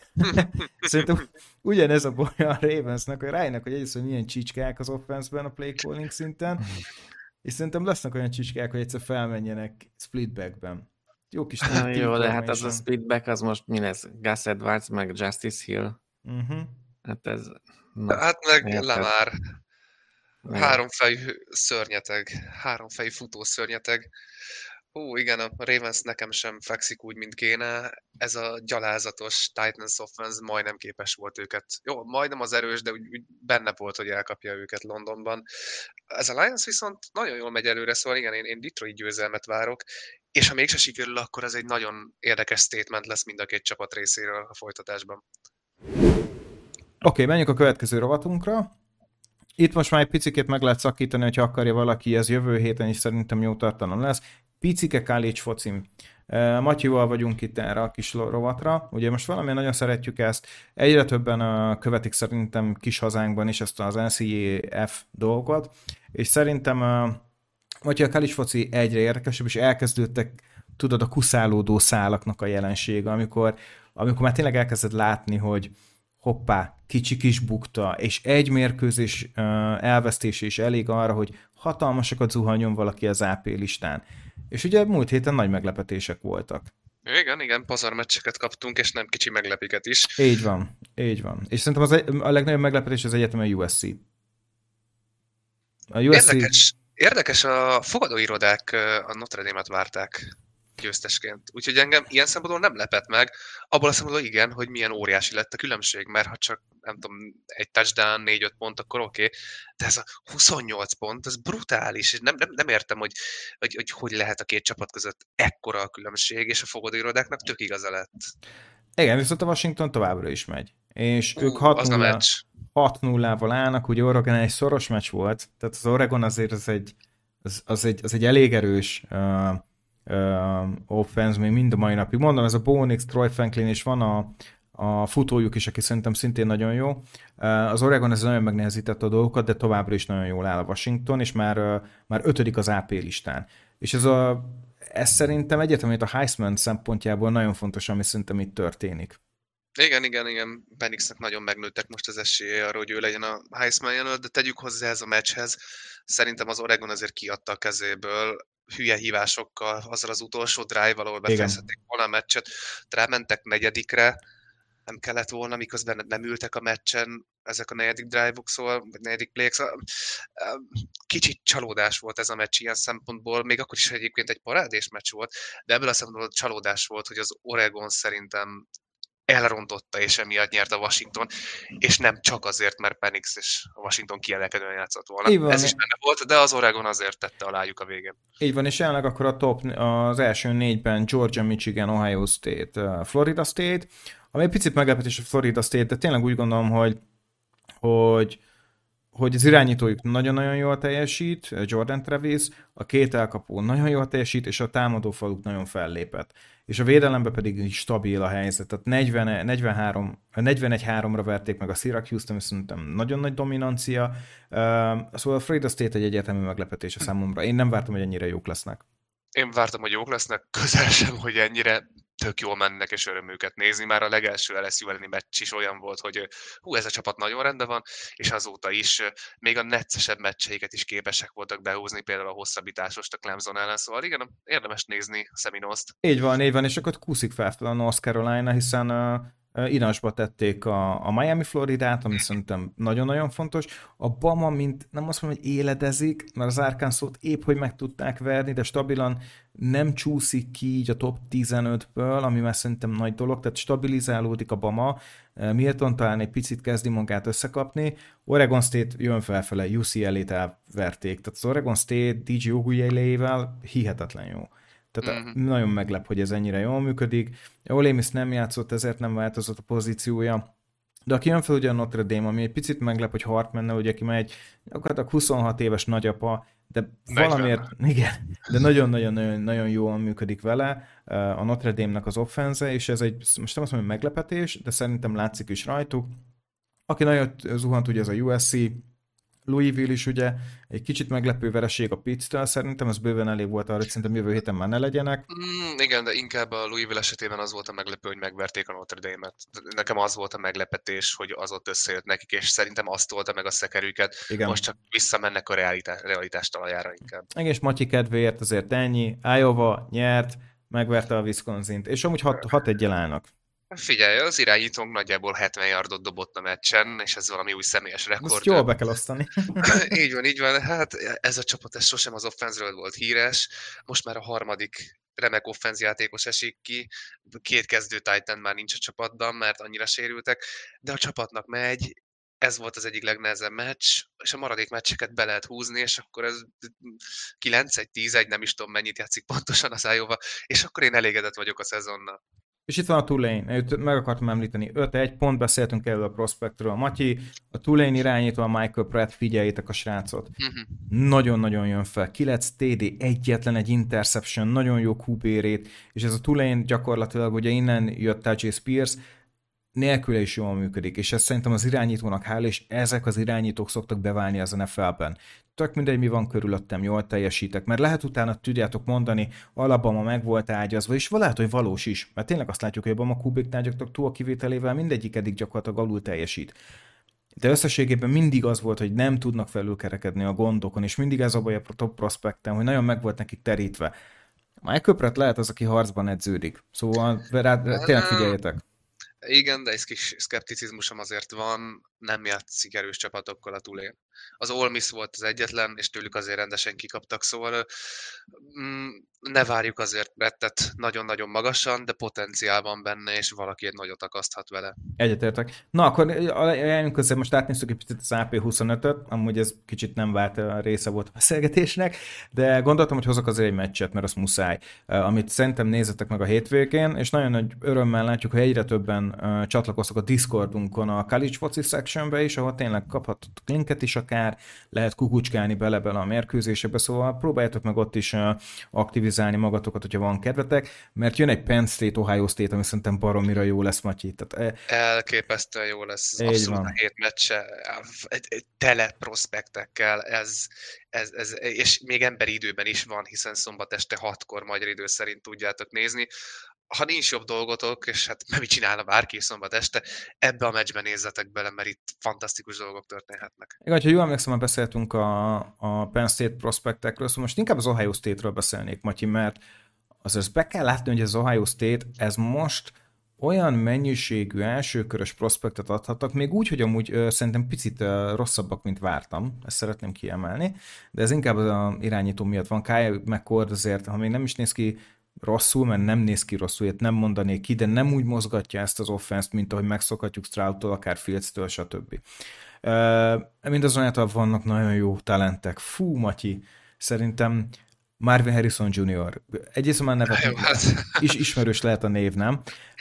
ugyanez a baj a Ravensnek, hogy rájönnek, hogy egyrészt, hogy milyen csicskák az offense-ben a play calling szinten, és szerintem lesznek olyan csicskák, hogy egyszer felmenjenek splitbackben. Jó kis jó, de hát az a splitback, az most mi lesz? Gus Edwards, meg Justice Hill. Hát ez... Hát meg Lamar. 3 fejű szörnyeteg. 3 fejű futó szörnyeteg. Igen, a Ravens nekem sem fekszik úgy, mint kéne. Ez a gyalázatos Titans offense majdnem képes volt őket. Jó, majdnem az erős, de úgy benne volt, hogy elkapja őket Londonban. Ez a Lions viszont nagyon jól megy előre, szóval igen, én Detroit győzelmet várok, és ha mégse sikerül, akkor ez egy nagyon érdekes statement lesz mind a 2 csapat részéről a folytatásban. Oké, menjünk a következő rovatunkra. Itt most már egy picikét meg lehet szakítani, hogyha akarja valaki, ez jövő héten is szerintem jó tartalom lesz. Picike college focim. Matyival vagyunk itt erre a kis rovatra. Ugye most valamilyen nagyon szeretjük ezt. Egyre többen követik szerintem kis hazánkban is ezt az NCAF dolgot. És szerintem Matyi, a college foci egyre érdekesebb, és elkezdődtek, tudod, a kuszálódó szálaknak a jelensége, amikor már tényleg elkezded látni, hogy hoppá, kicsi kis bukta, és egy mérkőzés elvesztése is elég arra, hogy hatalmasakat zuhanjon valaki az AP listán. És ugye múlt héten nagy meglepetések voltak. Igen, pazarmeccseket kaptunk, és nem kicsi meglepiket is. Így van. És szerintem a legnagyobb meglepetés az egyetem a USC. Érdekes, a fogadóirodák a Notre Dame-et várták győztesként. Úgyhogy engem ilyen szempontból nem lepett meg. Abból a szempontból igen, hogy milyen óriási lett a különbség, mert ha csak, nem tudom, egy touchdown, 4-5 pont, akkor oké. De ez a 28 pont, ez brutális, és nem értem, hogy lehet a 2 csapat között ekkora a különbség, és a fogadóirodáknak tök igaza lett. Igen, viszont a Washington továbbra is megy. És ők 6-0-val állnak, ugye Oregon egy szoros meccs volt, tehát az Oregon azért az egy elég erős offense még mind a mai napig. Mondom, ez a Bo Nix, Troy Franklin, és van a futójuk is, aki szerintem szintén nagyon jó. Az Oregon ez nagyon megnehezítette a dolgokat, de továbbra is nagyon jól áll a Washington, és már 5. az AP listán. És ez szerintem egyetemét a Heisman szempontjából nagyon fontos, ami szerintem itt történik. Igen. Penixnek nagyon megnőttek most az esélye arra, hogy ő legyen a Heisman jelölt, de tegyük hozzá ez a meccshez. Szerintem az Oregon azért kiadta a kezéből hülye hívásokkal, azzal az utolsó drive-val, ahol befejezhették volna a meccset, rámentek 4. nem kellett volna, miközben nem ültek a meccsen ezek a 4. drive-ok, szóval, vagy 4. play-ek, szóval kicsit csalódás volt ez a meccs ilyen szempontból, még akkor is egyébként egy parádés meccs volt, de ebből a szempontból csalódás volt, hogy az Oregon szerintem elrontotta, és emiatt nyert a Washington, és nem csak azért, mert Penix és a Washington kiemelkedően játszott volna. Ez is benne volt, de az Oregon azért tette alájuk a végén. Így van, és jelenleg akkor az első 4-ben Georgia, Michigan, Ohio State, Florida State, ami egy picit meglepetés a Florida State, de tényleg úgy gondolom, hogy az irányítójuk nagyon-nagyon jól teljesít, Jordan Travis, a 2 elkapó nagyon jól teljesít, és a támadófaluk nagyon fellépett. És a védelemben pedig stabil a helyzet. Tehát 41-3-ra verték meg a Syracuse-t, ami szerintem nagyon nagy dominancia. Szóval a Florida State egy egyértelmű meglepetés a számomra. Én nem vártam, hogy ennyire jók lesznek. Én vártam, hogy jók lesznek, közel sem, hogy ennyire tök jól mennek és öröm őket nézni. Már a legelső LSU elleni meccs is olyan volt, hogy ez a csapat nagyon rendben van, és azóta is még a neccesebb meccseiket is képesek voltak behúzni, például a hosszabbításost a Clemson ellen, szóval igen, érdemes nézni a Seminoles-t. Így van, és akkor kúszik fel a North Carolina, hiszen írásba tették a Miami Floridát, ami szerintem nagyon-nagyon fontos. A Bama, mint nem azt mondom, hogy éledezik, mert az Arkansas-ot épp, hogy meg tudták verni, de stabilan nem csúszik ki így a top 15-ből, ami már szerintem nagy dolog, tehát stabilizálódik a Bama, Milton talán egy picit kezdi magát összekapni, Oregon State jön felfele, UCLA-t elverték, tehát az Oregon State DJ Ogunyele-vel hihetetlen jó. Tehát nagyon meglep, hogy ez ennyire jól működik. Ole Miss nem játszott, ezért nem változott a pozíciója. De aki jön fel ugye a Notre Dame, ami egy picit meglep, hogy Hartmannel, ugye aki már egy gyakorlatilag 26 éves nagyapa, de valamiért, igen, de nagyon-nagyon jól működik vele a Notre Dame-nek az offense, és ez egy, most nem azt mondom, hogy meglepetés, de szerintem látszik is rajtuk. Aki nagyon zuhant, ugye ez a USC, Louisville is ugye egy kicsit meglepő vereség a Pitt-től, szerintem ez bőven elég volt arra, hogy szerintem jövő héten már ne legyenek. Igen, de inkább a Louisville esetében az volt a meglepő, hogy megverték a Notre Dame-et. Nekem az volt a meglepetés, hogy az ott összejött nekik, és szerintem azt tolta meg a szekerüket. Igen. Most csak visszamennek a realitás talajára inkább. Igen, és Matyi kedvéért azért ennyi. Iowa nyert, megverte a Wisconsin-t, és amúgy 6-1-jel állnak. Figyelj, az irányítónk nagyjából 70 yardot dobott a meccsen, és ez valami új személyes rekord. Ezt jól be kell osztani. Így van. Hát ez a csapat, ez sosem az offenzről volt híres. Most már a harmadik remek offenzjátékos esik ki. 2 kezdő Titan már nincs a csapatban, mert annyira sérültek, de a csapatnak megy. Ez volt az egyik legnehezebb meccs, és a maradék meccseket be lehet húzni, és akkor ez 9-1, 10-1, nem is tudom mennyit játszik pontosan az Iowa, és akkor én elégedett vagyok a szezonnal. És itt van a Tulane, őt meg akartam említeni, 5-1, pont beszéltünk erről a prospektről. Matyi, a Tulane irányító, a Michael Pratt, figyeljétek a srácot. Nagyon-nagyon jön fel. 9 TD, egyetlen egy interception, nagyon jó QB rate, és ez a Tulane gyakorlatilag, ugye innen jött Tajay Spears, nélküle is jól működik, és ez szerintem az irányítónak hála, és ezek az irányítók szoktak beválni az NFL-ben. Tök mindegy, mi van körülöttem, jól teljesítek, mert lehet utána tudjátok mondani, Alabama meg volt ágyazva, és lehet, hogy valós is, mert tényleg azt látjuk, hogy Alabama kubiknál gyakorlatilag túl a kivételével mindegyik eddig gyakorlatilag alul teljesít. De összességében mindig az volt, hogy nem tudnak felülkerekedni a gondokon, és mindig ez a baj a top prospekten, hogy nagyon meg volt nekik terítve. Michael Pratt lehet az, aki harcban edződik. Szóval tényleg figyeljetek. Igen, de egy kis szkepticizmusom azért van, nem játszik erős csapatokkal a Tulane. Az Ole Miss volt az egyetlen, és tőlük azért rendesen kikaptak, szóval ne várjuk azért Brettet nagyon-nagyon magasan, de potenciál van benne, és valaki egy nagyot akaszthat vele. Egyetértek. Na, akkor ajánlunk közben, most átnéztük egy picit az AP25-öt, amúgy ez kicsit nem vált része volt a beszélgetésnek, de gondoltam, hogy hozok azért egy meccset, mert az muszáj, amit szerintem nézzetek meg a hétvégén, és nagyon nagy örömmel látjuk, hogy egyre többen csatlakoztak a Discordunkon a College Foci sectionbe is, ahol tényleg kaphattok linket is akár, lehet kukucskálni bele a mérkőzésekbe, szóval próbáljátok meg ott is aktivizálni magatokat, hogyha van kedvetek, mert jön egy Penn State, Ohio State, ami szerintem baromira jó lesz, Matyi. Tehát, elképesztően jó lesz. Abszolút a 7 meccse, tele prospektekkel, ez, és még emberi időben is van, hiszen szombat este 6-kor magyar idő szerint tudjátok nézni. Ha nincs jobb dolgotok, és hát mit csinálna bárki szombat este, ebbe a meccsben nézzetek bele, mert itt fantasztikus dolgok történhetnek. Igen, ha jól emlékszem, már beszéltünk a Penn State prospektekről, szóval most inkább az Ohio State-ről beszélnék, Matyi, mert azért be kell látni, hogy az Ohio State, ez most olyan mennyiségű elsőkörös prospektet adhattak, még úgy, hogy amúgy szerintem picit rosszabbak, mint vártam, ezt szeretném kiemelni, de ez inkább az irányító miatt van. Kyle McCord azért, ha még nem is néz ki rosszul, mert nem néz ki rosszul, nem mondanék ki, de nem úgy mozgatja ezt az offenszt, mint ahogy megszokhatjuk Stroudtól, akár Fields-től, stb. Mindazonáltal vannak nagyon jó talentek. Fú, Matyi, szerintem Marvin Harrison Jr. Egyrészt már neve is ismerős lehet a név, nem?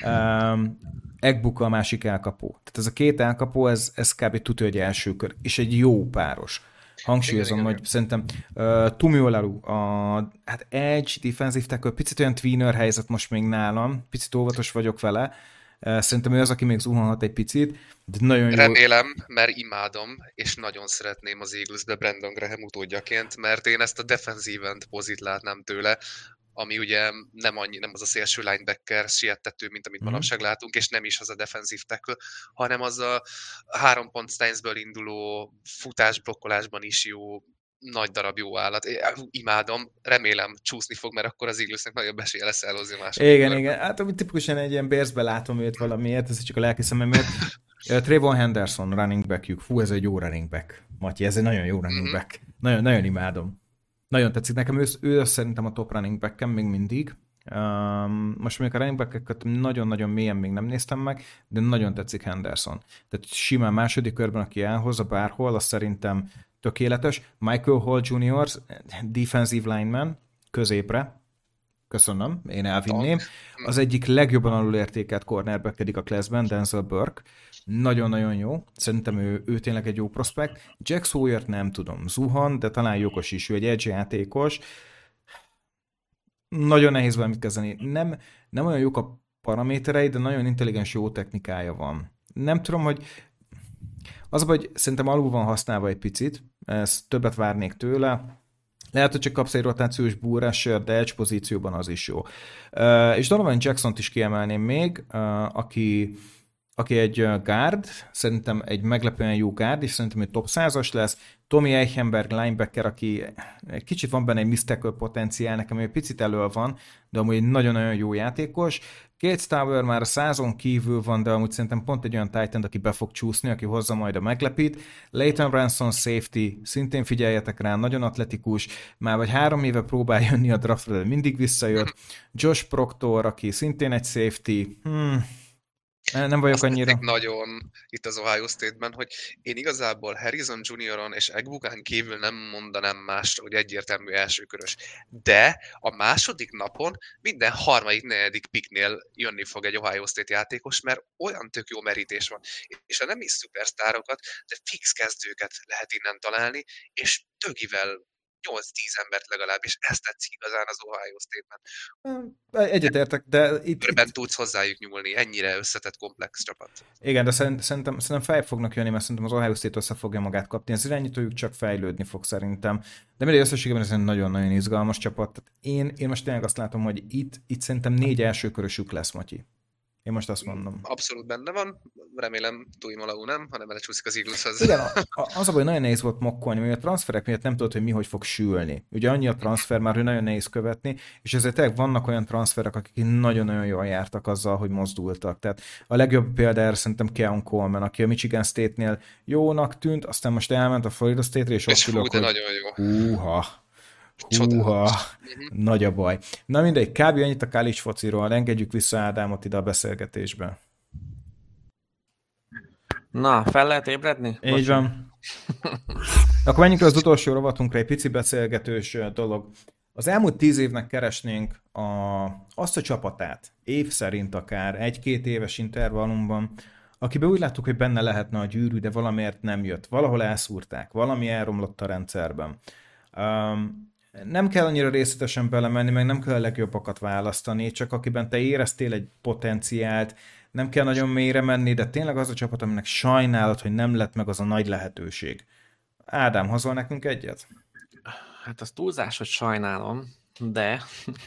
Egbuka a másik elkapó. Tehát ez a 2 elkapó, ez kb. Tudja, hogy első kör, és egy jó páros. Hangsúlyozom, hogy szerintem Tumiolaru, hát edge, defensive tackle, picit olyan tweener helyzet most még nálam, picit óvatos vagyok vele, szerintem ő az, aki még zuhanhat egy picit, de nagyon jó. Remélem, mert imádom, és nagyon szeretném az Eaglesbe Brandon Graham utódjaként, mert én ezt a defensive end pozit látnám tőle, ami ugye nem az a szélső linebacker siettető, mint amit manapság látunk, és nem is az a defensív tackle, hanem az a 3 pont stance-ből induló futás-blokkolásban is jó, nagy darab jó állat. Imádom, remélem csúszni fog, mert akkor az Eaglesnek nagyobb esélye lesz elhozni a második Igen, körben. igen. Hát amit tipikusan egy ilyen Bearsbe látom őt valamiért, ez csak a lelki szemem miatt. Trayvon Henderson running backjük. Fú, ez egy jó running back. Matyi, ez egy nagyon jó running back. Nagyon, nagyon imádom. Nagyon tetszik nekem, ő szerintem a top running back-em még mindig. Most mondjuk a running back-eket nagyon-nagyon mélyen még nem néztem meg, de nagyon tetszik Henderson. Tehát simán második körben, aki elhozza bárhol, az szerintem tökéletes. Michael Hall Jr., defensive lineman, középre. Köszönöm, én elvinném. Az egyik legjobban alulértékelt cornerbackedik a classben, Denzel Burke. Nagyon-nagyon jó. Szerintem ő tényleg egy jó prospekt. Jack Sawyer nem tudom, zuhan, de talán jogos is, ő egy edge játékos. Nagyon nehéz valamit kezdeni. Nem olyan jók a paraméterei, de nagyon intelligens, jó technikája van. Nem tudom, hogy az, hogy szerintem alul van használva egy picit, ezt többet várnék tőle. Lehet, hogy csak kapsz egy rotációs búrásért, de edge pozícióban az is jó. És Donovan Jackson-t is kiemelném még, aki egy guard, szerintem egy meglepően jó guard, és szerintem egy top 100-as lesz. Tommy Eichenberg linebacker, aki egy kicsit van benne egy miss-tackle potenciál, nekem egy picit elől van, de amúgy egy nagyon-nagyon jó játékos. Gates Tower már a 100-on kívül van, de amúgy szerintem pont egy olyan tight end, aki be fog csúszni, aki hozza majd a meglepít. Leighton Ransom safety, szintén figyeljetek rá, nagyon atletikus, már vagy 3 éve próbál jönni a draftra, de mindig visszajött. Josh Proctor, aki szintén egy safety, nem vagyok annyira. Nagyon itt az Ohio State-ben, hogy én igazából Harrison Junioron és Egbukán kívül nem mondanám másra, hogy egyértelmű elsőkörös. De a második napon minden harmadik, negyedik picknél jönni fog egy Ohio State játékos, mert olyan tök jó merítés van. És ha nem is szupersztárokat, de fix kezdőket lehet innen találni, és dögivel 8-10 embert legalábbis, ezt tetszik igazán az Ohio State-ben. Egyetértek, de itt tudsz hozzájuk nyúlni, ennyire összetett, komplex csapat. Igen, de szerintem feljebb fognak jönni, mert szerintem az Ohio State össze fogja magát kapni. Az irányítójuk csak fejlődni fog szerintem. De mindegy összességében ez egy nagyon-nagyon izgalmas csapat. Tehát én most tényleg azt látom, hogy itt szerintem 4 elsőkörösük lesz, Matyi. Én most azt mondom. Abszolút benne van. Remélem Tuimoloau nem, hanem belecsúszik az Eagleshez. Igen, az a baj, nagyon nehéz volt mokkolni, mert a transferek miatt nem tudod, hogy hogy fog sülni. Ugye annyi a transfer már, hogy nagyon nehéz követni, és ezért tényleg vannak olyan transferek, akik nagyon-nagyon jól jártak azzal, hogy mozdultak. Tehát a legjobb példa erre szerintem Keon Coleman, aki a Michigan State-nél jónak tűnt, aztán most elment a Florida State-re, és ott ülök, hogy nagyon jó. Húha, nagy a baj. Na mindegy, kb. Annyit a college fociról, engedjük vissza Ádámot ide a beszélgetésbe. Na, fel lehet ébredni? Így van. Akkor menjünk az utolsó rovatunkra, egy pici beszélgetős dolog. Az elmúlt 10 évnek keresnénk azt a csapatát, év szerint akár, 1-2 éves intervallumban, akiben úgy láttuk, hogy benne lehetne a gyűrű, de valamiért nem jött. Valahol elszúrták, valami elromlott a rendszerben. Nem kell annyira részletesen belemenni, meg nem kell a legjobbakat választani, csak akiben te éreztél egy potenciált, nem kell nagyon mélyre menni, de tényleg az a csapat, aminek sajnálod, hogy nem lett meg az a nagy lehetőség. Ádám, hozol nekünk egyet? Hát az túlzás, hogy sajnálom, de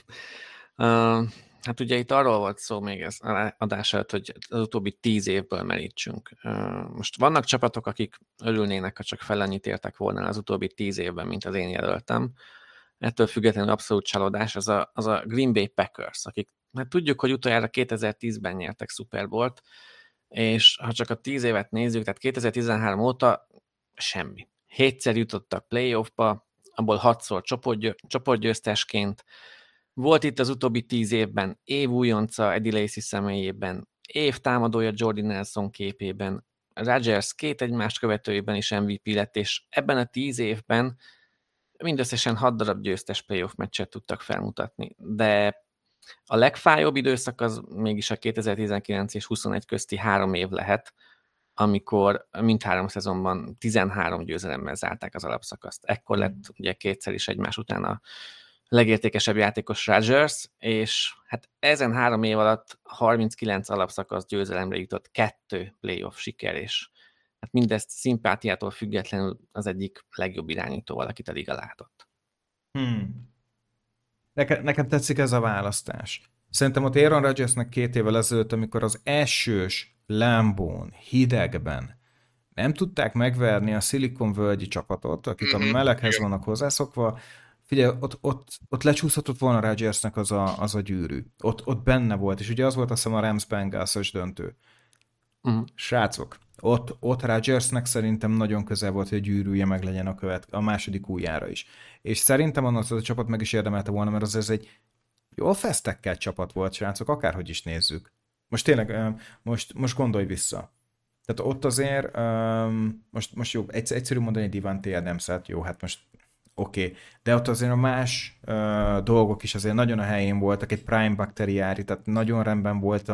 hát ugye itt arról volt szó még ez adás előtt, hogy az utóbbi 10 évből merítsünk. Most vannak csapatok, akik örülnének, ha csak fel annyit értek volna az utóbbi 10 évben, mint az én jelöltem. Ettől függetlenül abszolút csalódás az a Green Bay Packers, akik hát tudjuk, hogy utoljára 2010-ben nyertek Super Bowl-t, és ha csak a 10 évet nézzük, tehát 2013 óta semmi. 7-szer jutottak playoffba, abból 6-szor csoportgyőztesként. Volt itt az utóbbi 10 évben év újonca Eddie Lacy személyében, év támadója Jordy Nelson képében, Rodgers 2 egymást követőjében is MVP lett, és ebben a 10 évben mindösszesen 6 darab győztes playoff meccset tudtak felmutatni, de a legfájóbb időszak az mégis a 2019 és 21 közti 3 év lehet, amikor mindhárom szezonban 13 győzelemmel zárták az alapszakaszt. Ekkor lett ugye 2-szer is egymás után a legértékesebb játékos Rodgers, és hát ezen 3 év alatt 39 alapszakasz győzelemre jutott 2 playoff siker, és hát mindezt szimpátiától függetlenül az egyik legjobb irányítóval, akit a liga látott. Nekem tetszik ez a választás. Szerintem ott Aaron Rodgersnek 2 évvel ezelőtt, amikor az esős Lambón, hidegben nem tudták megverni a Silicon Valley csapatot, akik a meleghez vannak hozzászokva, figyelj, ott lecsúszhatott volna Rodgersnek az a gyűrű. Ott benne volt, és ugye az volt azt hiszem a Rams-Bengals-os döntő. Srácok, ott Rodgersnek szerintem nagyon közel volt, hogy a gyűrűje meg legyen a második ujjára is. És szerintem onnan az a csapat meg is érdemelte volna, mert az ez egy jól fesztekkelt csapat volt, srácok, akárhogy is nézzük. Most tényleg, most gondolj vissza. Tehát ott azért, most jó, egyszerű mondani Davante Adams-et, jó, hát most oké. De ott azért a más dolgok is azért nagyon a helyén voltak, egy prime bakteriári, tehát nagyon rendben volt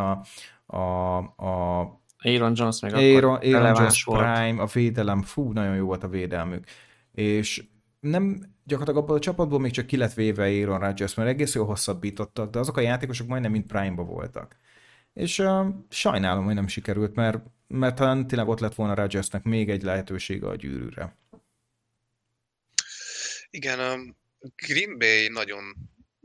Aaron Jones meg Aaron Jones prime, a védelem, nagyon jó volt a védelmük. És nem gyakorlatilag abban a csapatból még csak ki lett véve Aaron Rodgers, mert egész jól hosszabbítottak, de azok a játékosok majdnem mind prime-ba voltak. És sajnálom, hogy nem sikerült, mert talán tényleg ott lett volna Rodgersnek még egy lehetősége a gyűrűre. Igen, a Green Bay nagyon...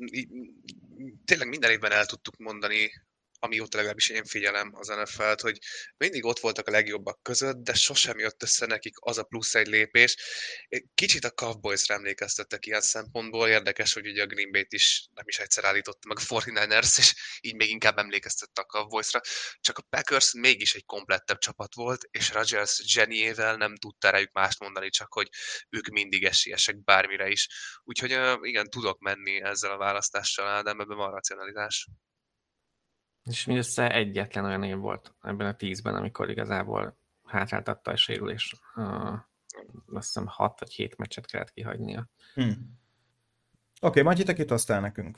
Tényleg minden évben el tudtuk mondani, amióta legalábbis én figyelem az NFL-t, hogy mindig ott voltak a legjobbak között, de sosem jött össze nekik az a plusz egy lépés. Kicsit a Cowboys-ra emlékeztettek ilyen szempontból, érdekes, hogy ugye a Green Bay-t is nem is egyszer állította meg a 49ers, és így még inkább emlékeztette a Cowboys-ra, csak a Packers mégis egy komplettebb csapat volt, és Rodgers zseniével nem tudta rájuk mást mondani, csak hogy ők mindig esélyesek bármire is. Úgyhogy igen, tudok menni ezzel a választással, de ebben van racionalitás. És mindössze egyetlen olyan év volt ebben a 10-ben, amikor igazából hátráltatta a sérülés. Azt hiszem 6 vagy 7 meccset kellett kihagynia. Oké, Matyi, te kit hoztál nekünk?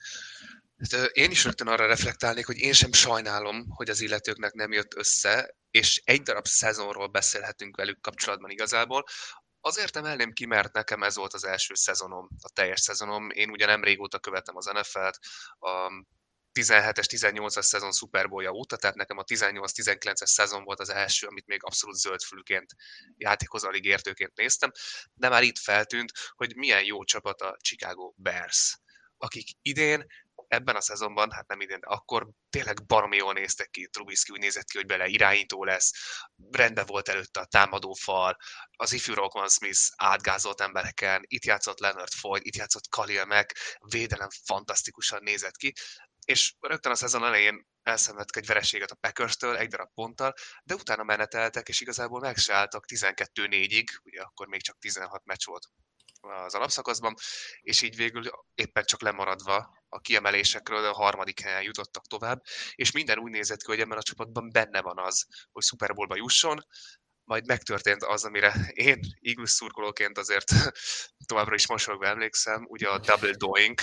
Én is rögtön arra reflektálnék, hogy én sem sajnálom, hogy az illetőknek nem jött össze, és egy darab szezonról beszélhetünk velük kapcsolatban igazából. Azért emelném ki, mert nekem ez volt az első szezonom, a teljes szezonom. Én ugye nem régóta követem az NFL-t, a 17-es, 18-as szezon Super Bowl-ja óta, tehát nekem a 18-19-es szezon volt az első, amit még abszolút zöldfülűként, játékhoz értőként néztem, de már itt feltűnt, hogy milyen jó csapat a Chicago Bears, akik idén ebben a szezonban, hát nem idén, de akkor tényleg baromi jól néztek ki. Trubisky úgy nézett ki, hogy bele irányító lesz, rendben volt előtte a támadófal, az ifjú Roquan Smith átgázolt embereken, itt játszott Leonard Floyd, itt játszott Khalil Mack, védelem fantasztikusan nézett ki, és rögtön a szezon elején elszenvedtek egy vereséget a Packers-től, egy darab ponttal, de utána meneteltek, és igazából meg se álltak 12-4-ig, ugye akkor még csak 16 meccs volt az alapszakaszban, és így végül éppen csak lemaradva a kiemelésekről, de a harmadik helyen jutottak tovább, és minden úgy nézett ki, hogy ebben a csapatban benne van az, hogy Super Bowlba jusson, majd megtörtént az, amire én Eagles szurkolóként azért továbbra is mosolyogva emlékszem, ugye a double doink,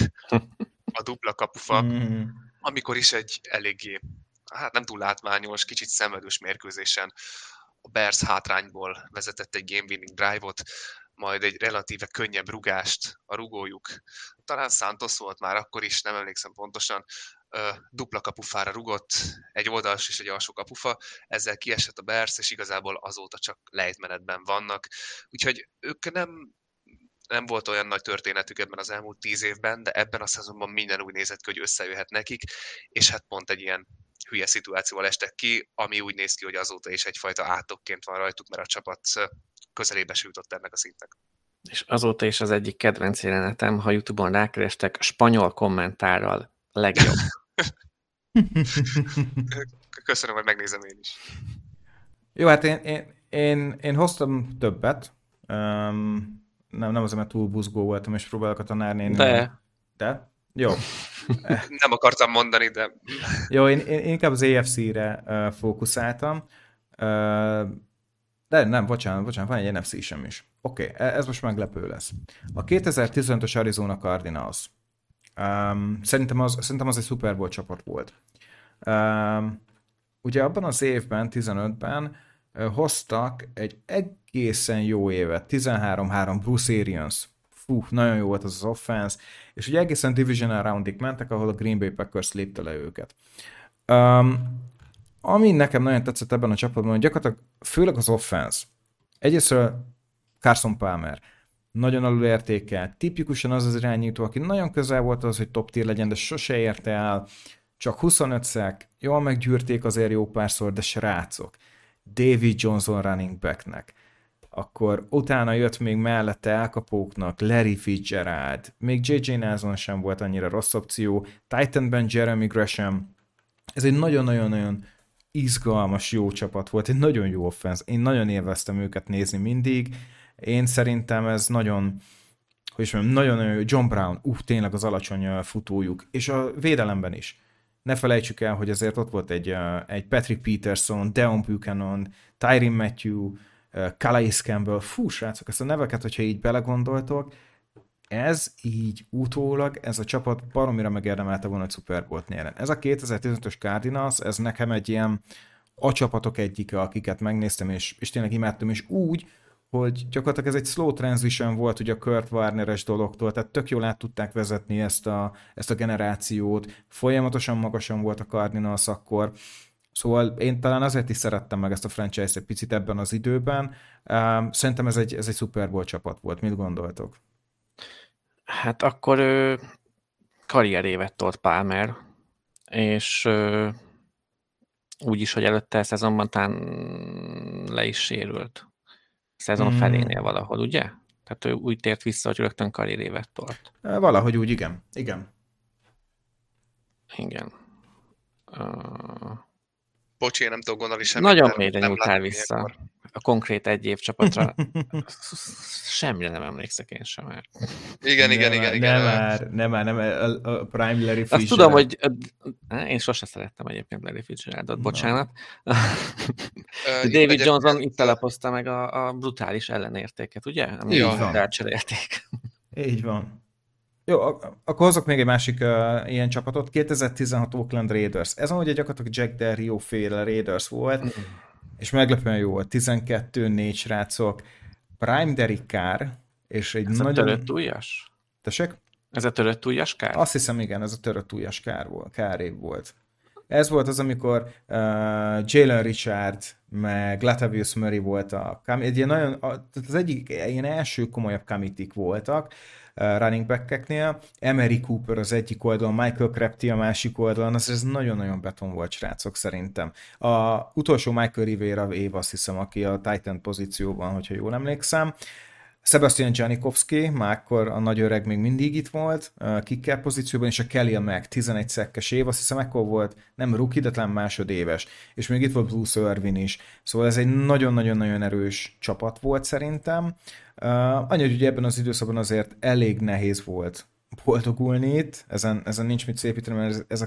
a dupla kapufa, amikor is egy eléggé, hát nem túl látványos, kicsit szenvedős mérkőzésen a Bears hátrányból vezetett egy game-winning drive-ot, majd egy relatíve könnyebb rugást a rugójuk. Talán Santos volt már akkor is, nem emlékszem pontosan, dupla kapufára rugott, egy oldalas és egy alsó kapufa, ezzel kiesett a Bears, és igazából azóta csak lejtmenetben vannak. Úgyhogy ők nem volt olyan nagy történetük ebben az elmúlt 10 évben, de ebben a szezonban minden úgy nézett ki, hogy összejöhet nekik, és hát pont egy ilyen hülye szituációval estek ki, ami úgy néz ki, hogy azóta is egyfajta átokként van rajtuk, mert a csapat közelébe se jutott ennek a szintnek. És azóta is az egyik kedvenc jelenetem, ha YouTube-on rákerestek, spanyol kommentárral legjobb. Köszönöm, hogy megnézem én is. Jó, hát én hoztam többet. Nem azért, mert túl buzgó voltam, és próbálok a tanárnéni. De? Jó. Nem akartam mondani, de... Jó, én inkább az AFC-re fókuszáltam. De nem, bocsánat, van egy NFC sem is. Oké, ez most meglepő lesz. A 2015-ös Arizona Cardinals. Szerintem az egy Super Bowl csapat volt. Ugye abban az évben, 15-ben hoztak egy egészen jó évet, 13-3 Bruce Arians. Nagyon jó volt az offense, és ugye egészen divisional roundig mentek, ahol a Green Bay Packers lépte le őket. Ami nekem nagyon tetszett ebben a csapatban, hogy gyakorlatilag főleg az offense. Egyrésztről Carson Palmer. nagyon alulértékelt, tipikusan az az irányító, aki nagyon közel volt az, hogy top tier legyen, de sose érte el, csak 25 szek, jól meggyűrték azért jó párszor, de srácok, David Johnson running backnek, akkor utána jött még mellette elkapóknak Larry Fitzgerald, még J.J. Nelson sem volt annyira rossz opció, Titanben Jeremy Gresham, ez egy nagyon-nagyon-nagyon izgalmas, jó csapat volt, egy nagyon jó offense, én nagyon élveztem őket nézni mindig, én szerintem ez nagyon, hogy is mondjam, nagyon jó, John Brown, tényleg az alacsony futójuk, és a védelemben is. Ne felejtsük el, hogy azért ott volt egy Patrick Peterson, Deon Buchanan, Tyrann Mathieu, Calais Campbell, srácok, ezt a neveket, hogyha így belegondoltok, ez így utólag, ez a csapat baromira megérdemelte volna, hogy Super Bowl-t nyeren. Ez a 2015-ös Cardinals, ez nekem egy ilyen a csapatok egyike, akiket megnéztem, és tényleg imádtam, és úgy, hogy gyakorlatilag ez egy slow transition volt ugye a Kurt Warner-es dologtól, tehát tök jól át tudták vezetni ezt a generációt, folyamatosan magasan volt a Cardinals akkor, szóval én talán azért is szerettem meg ezt a franchise-t egy picit ebben az időben. Szerintem ez egy Super Bowl csapat volt. Mit gondoltok? Hát akkor karrierévet tolt Palmer, és úgy is, hogy előtte a szezonban talán le is sérült. A szezon felénél valahol, ugye? Tehát ő úgy tért vissza, hogy rögtön karrierévet tolt. Valahogy úgy, igen. Igen. Bocsi, én nem tudok gondolni semmit. Nagyon mélyre nyúltál vissza. Ilyenkor. A konkrét egy év csapatra semmire nem emlékszek én sem már. Igen. Nem, a Prime Larry Fitzgerald. Azt tudom, hogy én sose szerettem egyébként Larry Fitzgeraldot, bocsánat. David Johnson itt alapozta meg a brutális ellenértéket, ugye? Elcserélték. Így van. Jó, akkor hozok még egy másik ilyen csapatot. 2016 Oakland Raiders. Ez ugye gyakorlatilag Jack Del Rio féle Raiders volt, és meglepően jó volt. 12-4 srácok. Prime Derek Carr, és egy ez nagyon... a törött ujjas? Tessék? Ez a törött ujjas kár? Azt hiszem, igen, ez a törött ujjas kárév volt. Ez volt az, amikor Jalen Richard meg Latavius Murray volt az egyik ilyen első komolyabb committék voltak running back-eknél. Emery Cooper az egyik oldalon, Michael Crabtree a másik oldalon, ez nagyon-nagyon beton volt, srácok, szerintem. A utolsó Michael Rivera év, azt hiszem, aki a Titan pozícióban, hogyha jól emlékszem. Sebastian Janikowski, már akkor a nagy öreg még mindig itt volt, kicker pozícióban, és a Khalil Mack 11 szekkes év, azt hiszem ekkor volt, nem rookie, de talán másodéves, és még itt volt Bruce Irvin is. Szóval ez egy nagyon-nagyon-nagyon erős csapat volt szerintem. Annyi, hogy ugye ebben az időszakban azért elég nehéz volt boldogulni itt, ezen nincs mit szépíteni, mert ez a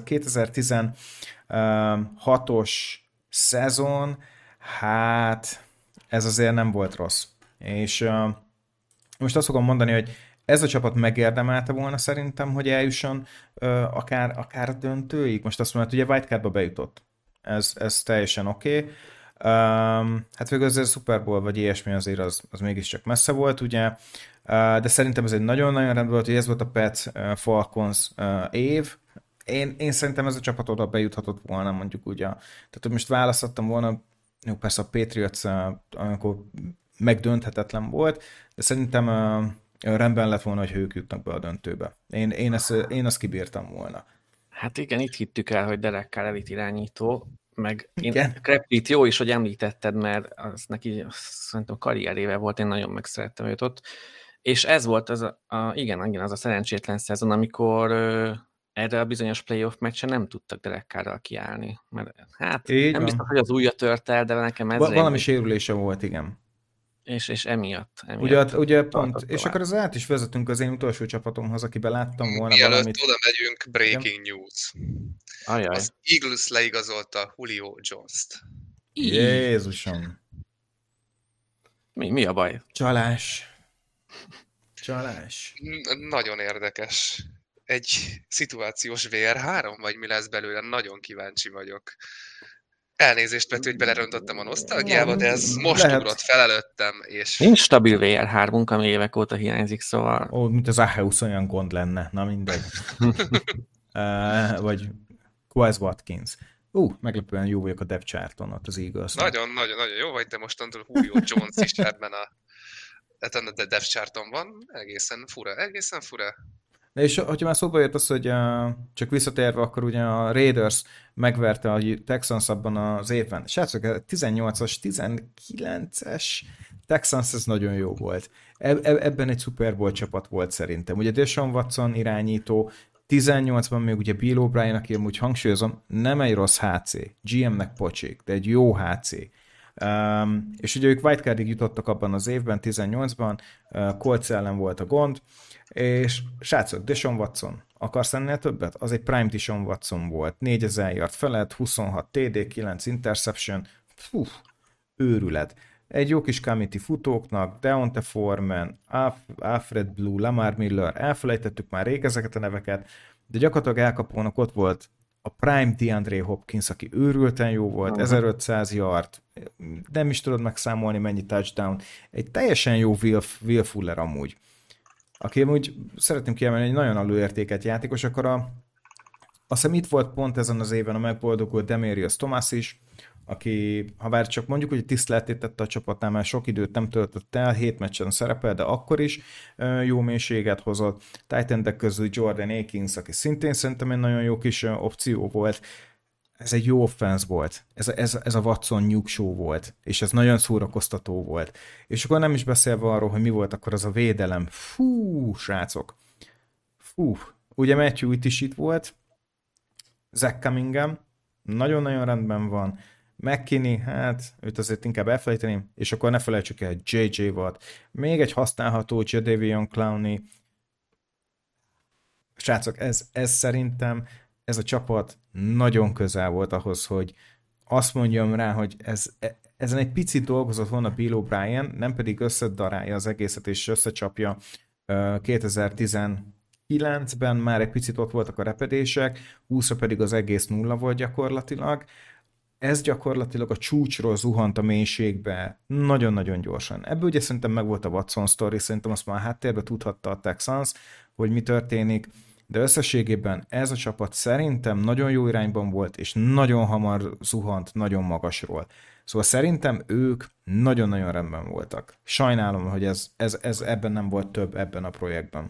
2016-os szezon, hát ez azért nem volt rossz. És most azt fogom mondani, hogy ez a csapat megérdemelte volna szerintem, hogy eljusson akár a döntőig. Most azt mondod, hogy ugye wildcardba bejutott. Ez teljesen oké. Hát végül azért a Super Bowl vagy ilyesmi azért az mégiscsak messze volt, ugye. De szerintem ez egy nagyon-nagyon rendben volt, hogy ez volt a Pats Falcons év. Én szerintem ez a csapat oda bejuthatott volna, mondjuk ugye. Tehát, hogy most választottam volna, jó, persze a Patriots amikor megdönthetetlen volt, de szerintem rendben lett volna, hogy ők jutnak be a döntőbe. Én ezt kibírtam volna. Hát igen, itt hittük el, hogy Derek Carr elit irányító, meg Crabtree-t jó is, hogy említetted, mert az neki szerintem karrierével volt, én nagyon megszerettem őt ott. És ez volt az az a szerencsétlen szezon, amikor erre a bizonyos playoff meccsen nem tudtak Derek Carrral kiállni. Mert hát így nem biztos, hogy az ujja tört el, de nekem ez... Valami sérülése volt, igen. És emiatt. Ugye pont, és akkor az át is vezetünk az én utolsó csapatomhoz, akiben láttam volna mielőtt valamit. oda megyünk, breaking news. Ajaj. Az Eagles leigazolta Julio Jones-t. Jézusom. Mi a baj? Csalás. Nagyon érdekes. Egy szituációs VR3, vagy mi lesz belőle? Nagyon kíváncsi vagyok. Elnézést, Pető, hogy belerontottam a nosztalgiába, de ez most ugrott fel előttem, és... Nincs stabil VR3-unk, ami évek óta hiányzik, szóval... Ó, mint az Aheus olyan gond lenne, na mindegy. Vagy Quez Watkins. Meglepően jó vagyok a depth charton ott az Eagles. Nagyon jó vagy, te mostantól Julio Jones is ebben a Hát a Depth Charton van, egészen fura. És hogyha már szóba jött az, hogy csak visszatérve, akkor ugye a Raiders megverte a Texans abban az évben. Srácok, a 18-as, 19-es Texans ez nagyon jó volt. Ebben egy Super Bowl csapat volt szerintem. Ugye Deshaun Watson irányító, 18-ban még ugye Bill O'Brien, aki amúgy hangsúlyozom, nem egy rossz HC, GM-nek pocsék, de egy jó HC. És ugye ők wildcardig jutottak abban az évben, 18-ban, Colts ellen volt a gond, és srácok, Deshaun Watson, akarsz ennél többet? Az egy prime Deshaun Watson volt, 4000 yard felett, 26 TD, 9 interception, őrület. Egy jó kis committee futóknak, Deonte Foreman, Alfred Blue, Lamar Miller, elfelejtettük már rég ezeket a neveket, de gyakorlatilag elkapónak ott volt a prime DeAndre Hopkins, aki őrülten jó volt, 1500 yard, nem is tudod megszámolni mennyi touchdown, egy teljesen jó Will Fuller amúgy, aki amúgy szeretném kiemelni, egy nagyon alulértékelt játékos, akkor azt hiszem itt volt pont ezen az éven a megboldogult Demaryius Thomas is, aki, ha bár csak mondjuk, hogy tiszteletét tette a csapatnál, mert sok időt nem töltött el, 7 meccsen szerepel, de akkor is jó mélységet hozott. Titan-ek közül Jordan Akins, aki szintén szerintem egy nagyon jó kis opció volt. Ez egy jó offense volt. Ez a Watson Nuke show volt, és ez nagyon szórakoztató volt. És akkor nem is beszélve arról, hogy mi volt akkor az a védelem. Fú, srácok. Fú. Ugye Matthew itt volt, Zach Cunningham, nagyon-nagyon rendben van. McKinney, hát őt azért inkább elfelejteném, és akkor ne felejtsük el J.J. Watt. Még egy használható Jadeveon Clowney. Srácok, ez szerintem ez a csapat nagyon közel volt ahhoz, hogy azt mondjam rá, hogy ezen egy picit dolgozott volna Bill O'Brien, nem pedig összedarálja az egészet és összecsapja 2019-ben már egy picit ott voltak a repedések, 20-ra pedig az egész nulla volt gyakorlatilag. Ez gyakorlatilag a csúcsról zuhant a mélységbe nagyon-nagyon gyorsan. Ebből ugye szerintem meg volt a Watson sztori, szerintem azt már a háttérbe tudhatta a Texans, hogy mi történik, de összességében ez a csapat szerintem nagyon jó irányban volt, és nagyon hamar zuhant nagyon magasról. Szóval szerintem ők nagyon-nagyon rendben voltak. Sajnálom, hogy ez ebben nem volt több ebben a projektben.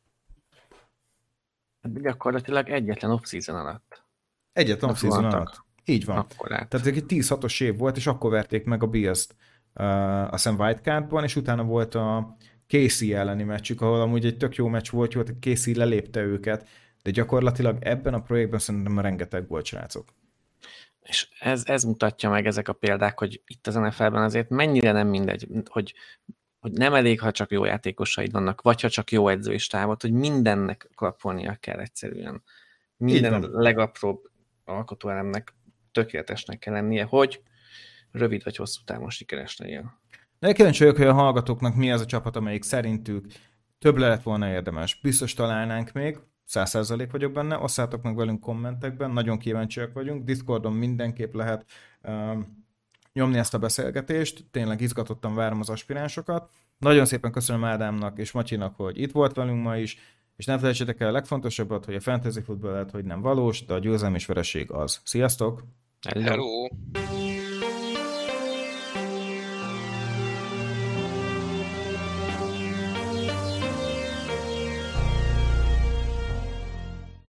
Gyakorlatilag egyetlen off-season alatt. Egyetlen off-season alatt. Így van. Akkorát. Tehát egy 10-6-os év volt, és akkor verték meg a Bills-t a Sam Whitecardban, és utána volt a Casey elleni meccsük, ahol amúgy egy tök jó meccs volt, hogy Casey lelépte őket, de gyakorlatilag ebben a projektben szerintem rengeteg volt, srácok. És ez mutatja meg ezek a példák, hogy itt az NFL-ben azért mennyire nem mindegy, hogy nem elég, ha csak jó játékosaid vannak, vagy ha csak jó edzői stábot, hogy mindennek kapolnia kell egyszerűen. Minden legapróbb alkotóelemnek tökéletesnek kell lennie, hogy rövid vagy hosszú távon sikeres legyen. De kíváncsi vagyok, hogy a hallgatóknak mi az a csapat, amelyik szerintük több lett volna érdemes. Biztos találnánk még, 100% vagyok benne, osszátok meg velünk kommentekben, nagyon kíváncsiak vagyunk, Discordon mindenképp lehet nyomni ezt a beszélgetést, tényleg izgatottan várom az aspiránsokat. Nagyon szépen köszönöm Ádámnak és Matyinak, hogy itt volt velünk ma is, és ne felejtsétek el a legfontosabbat, hogy a fantasy futball lehet, hogy nem valós, de a győzelem és vereség az. Sziasztok! Hello!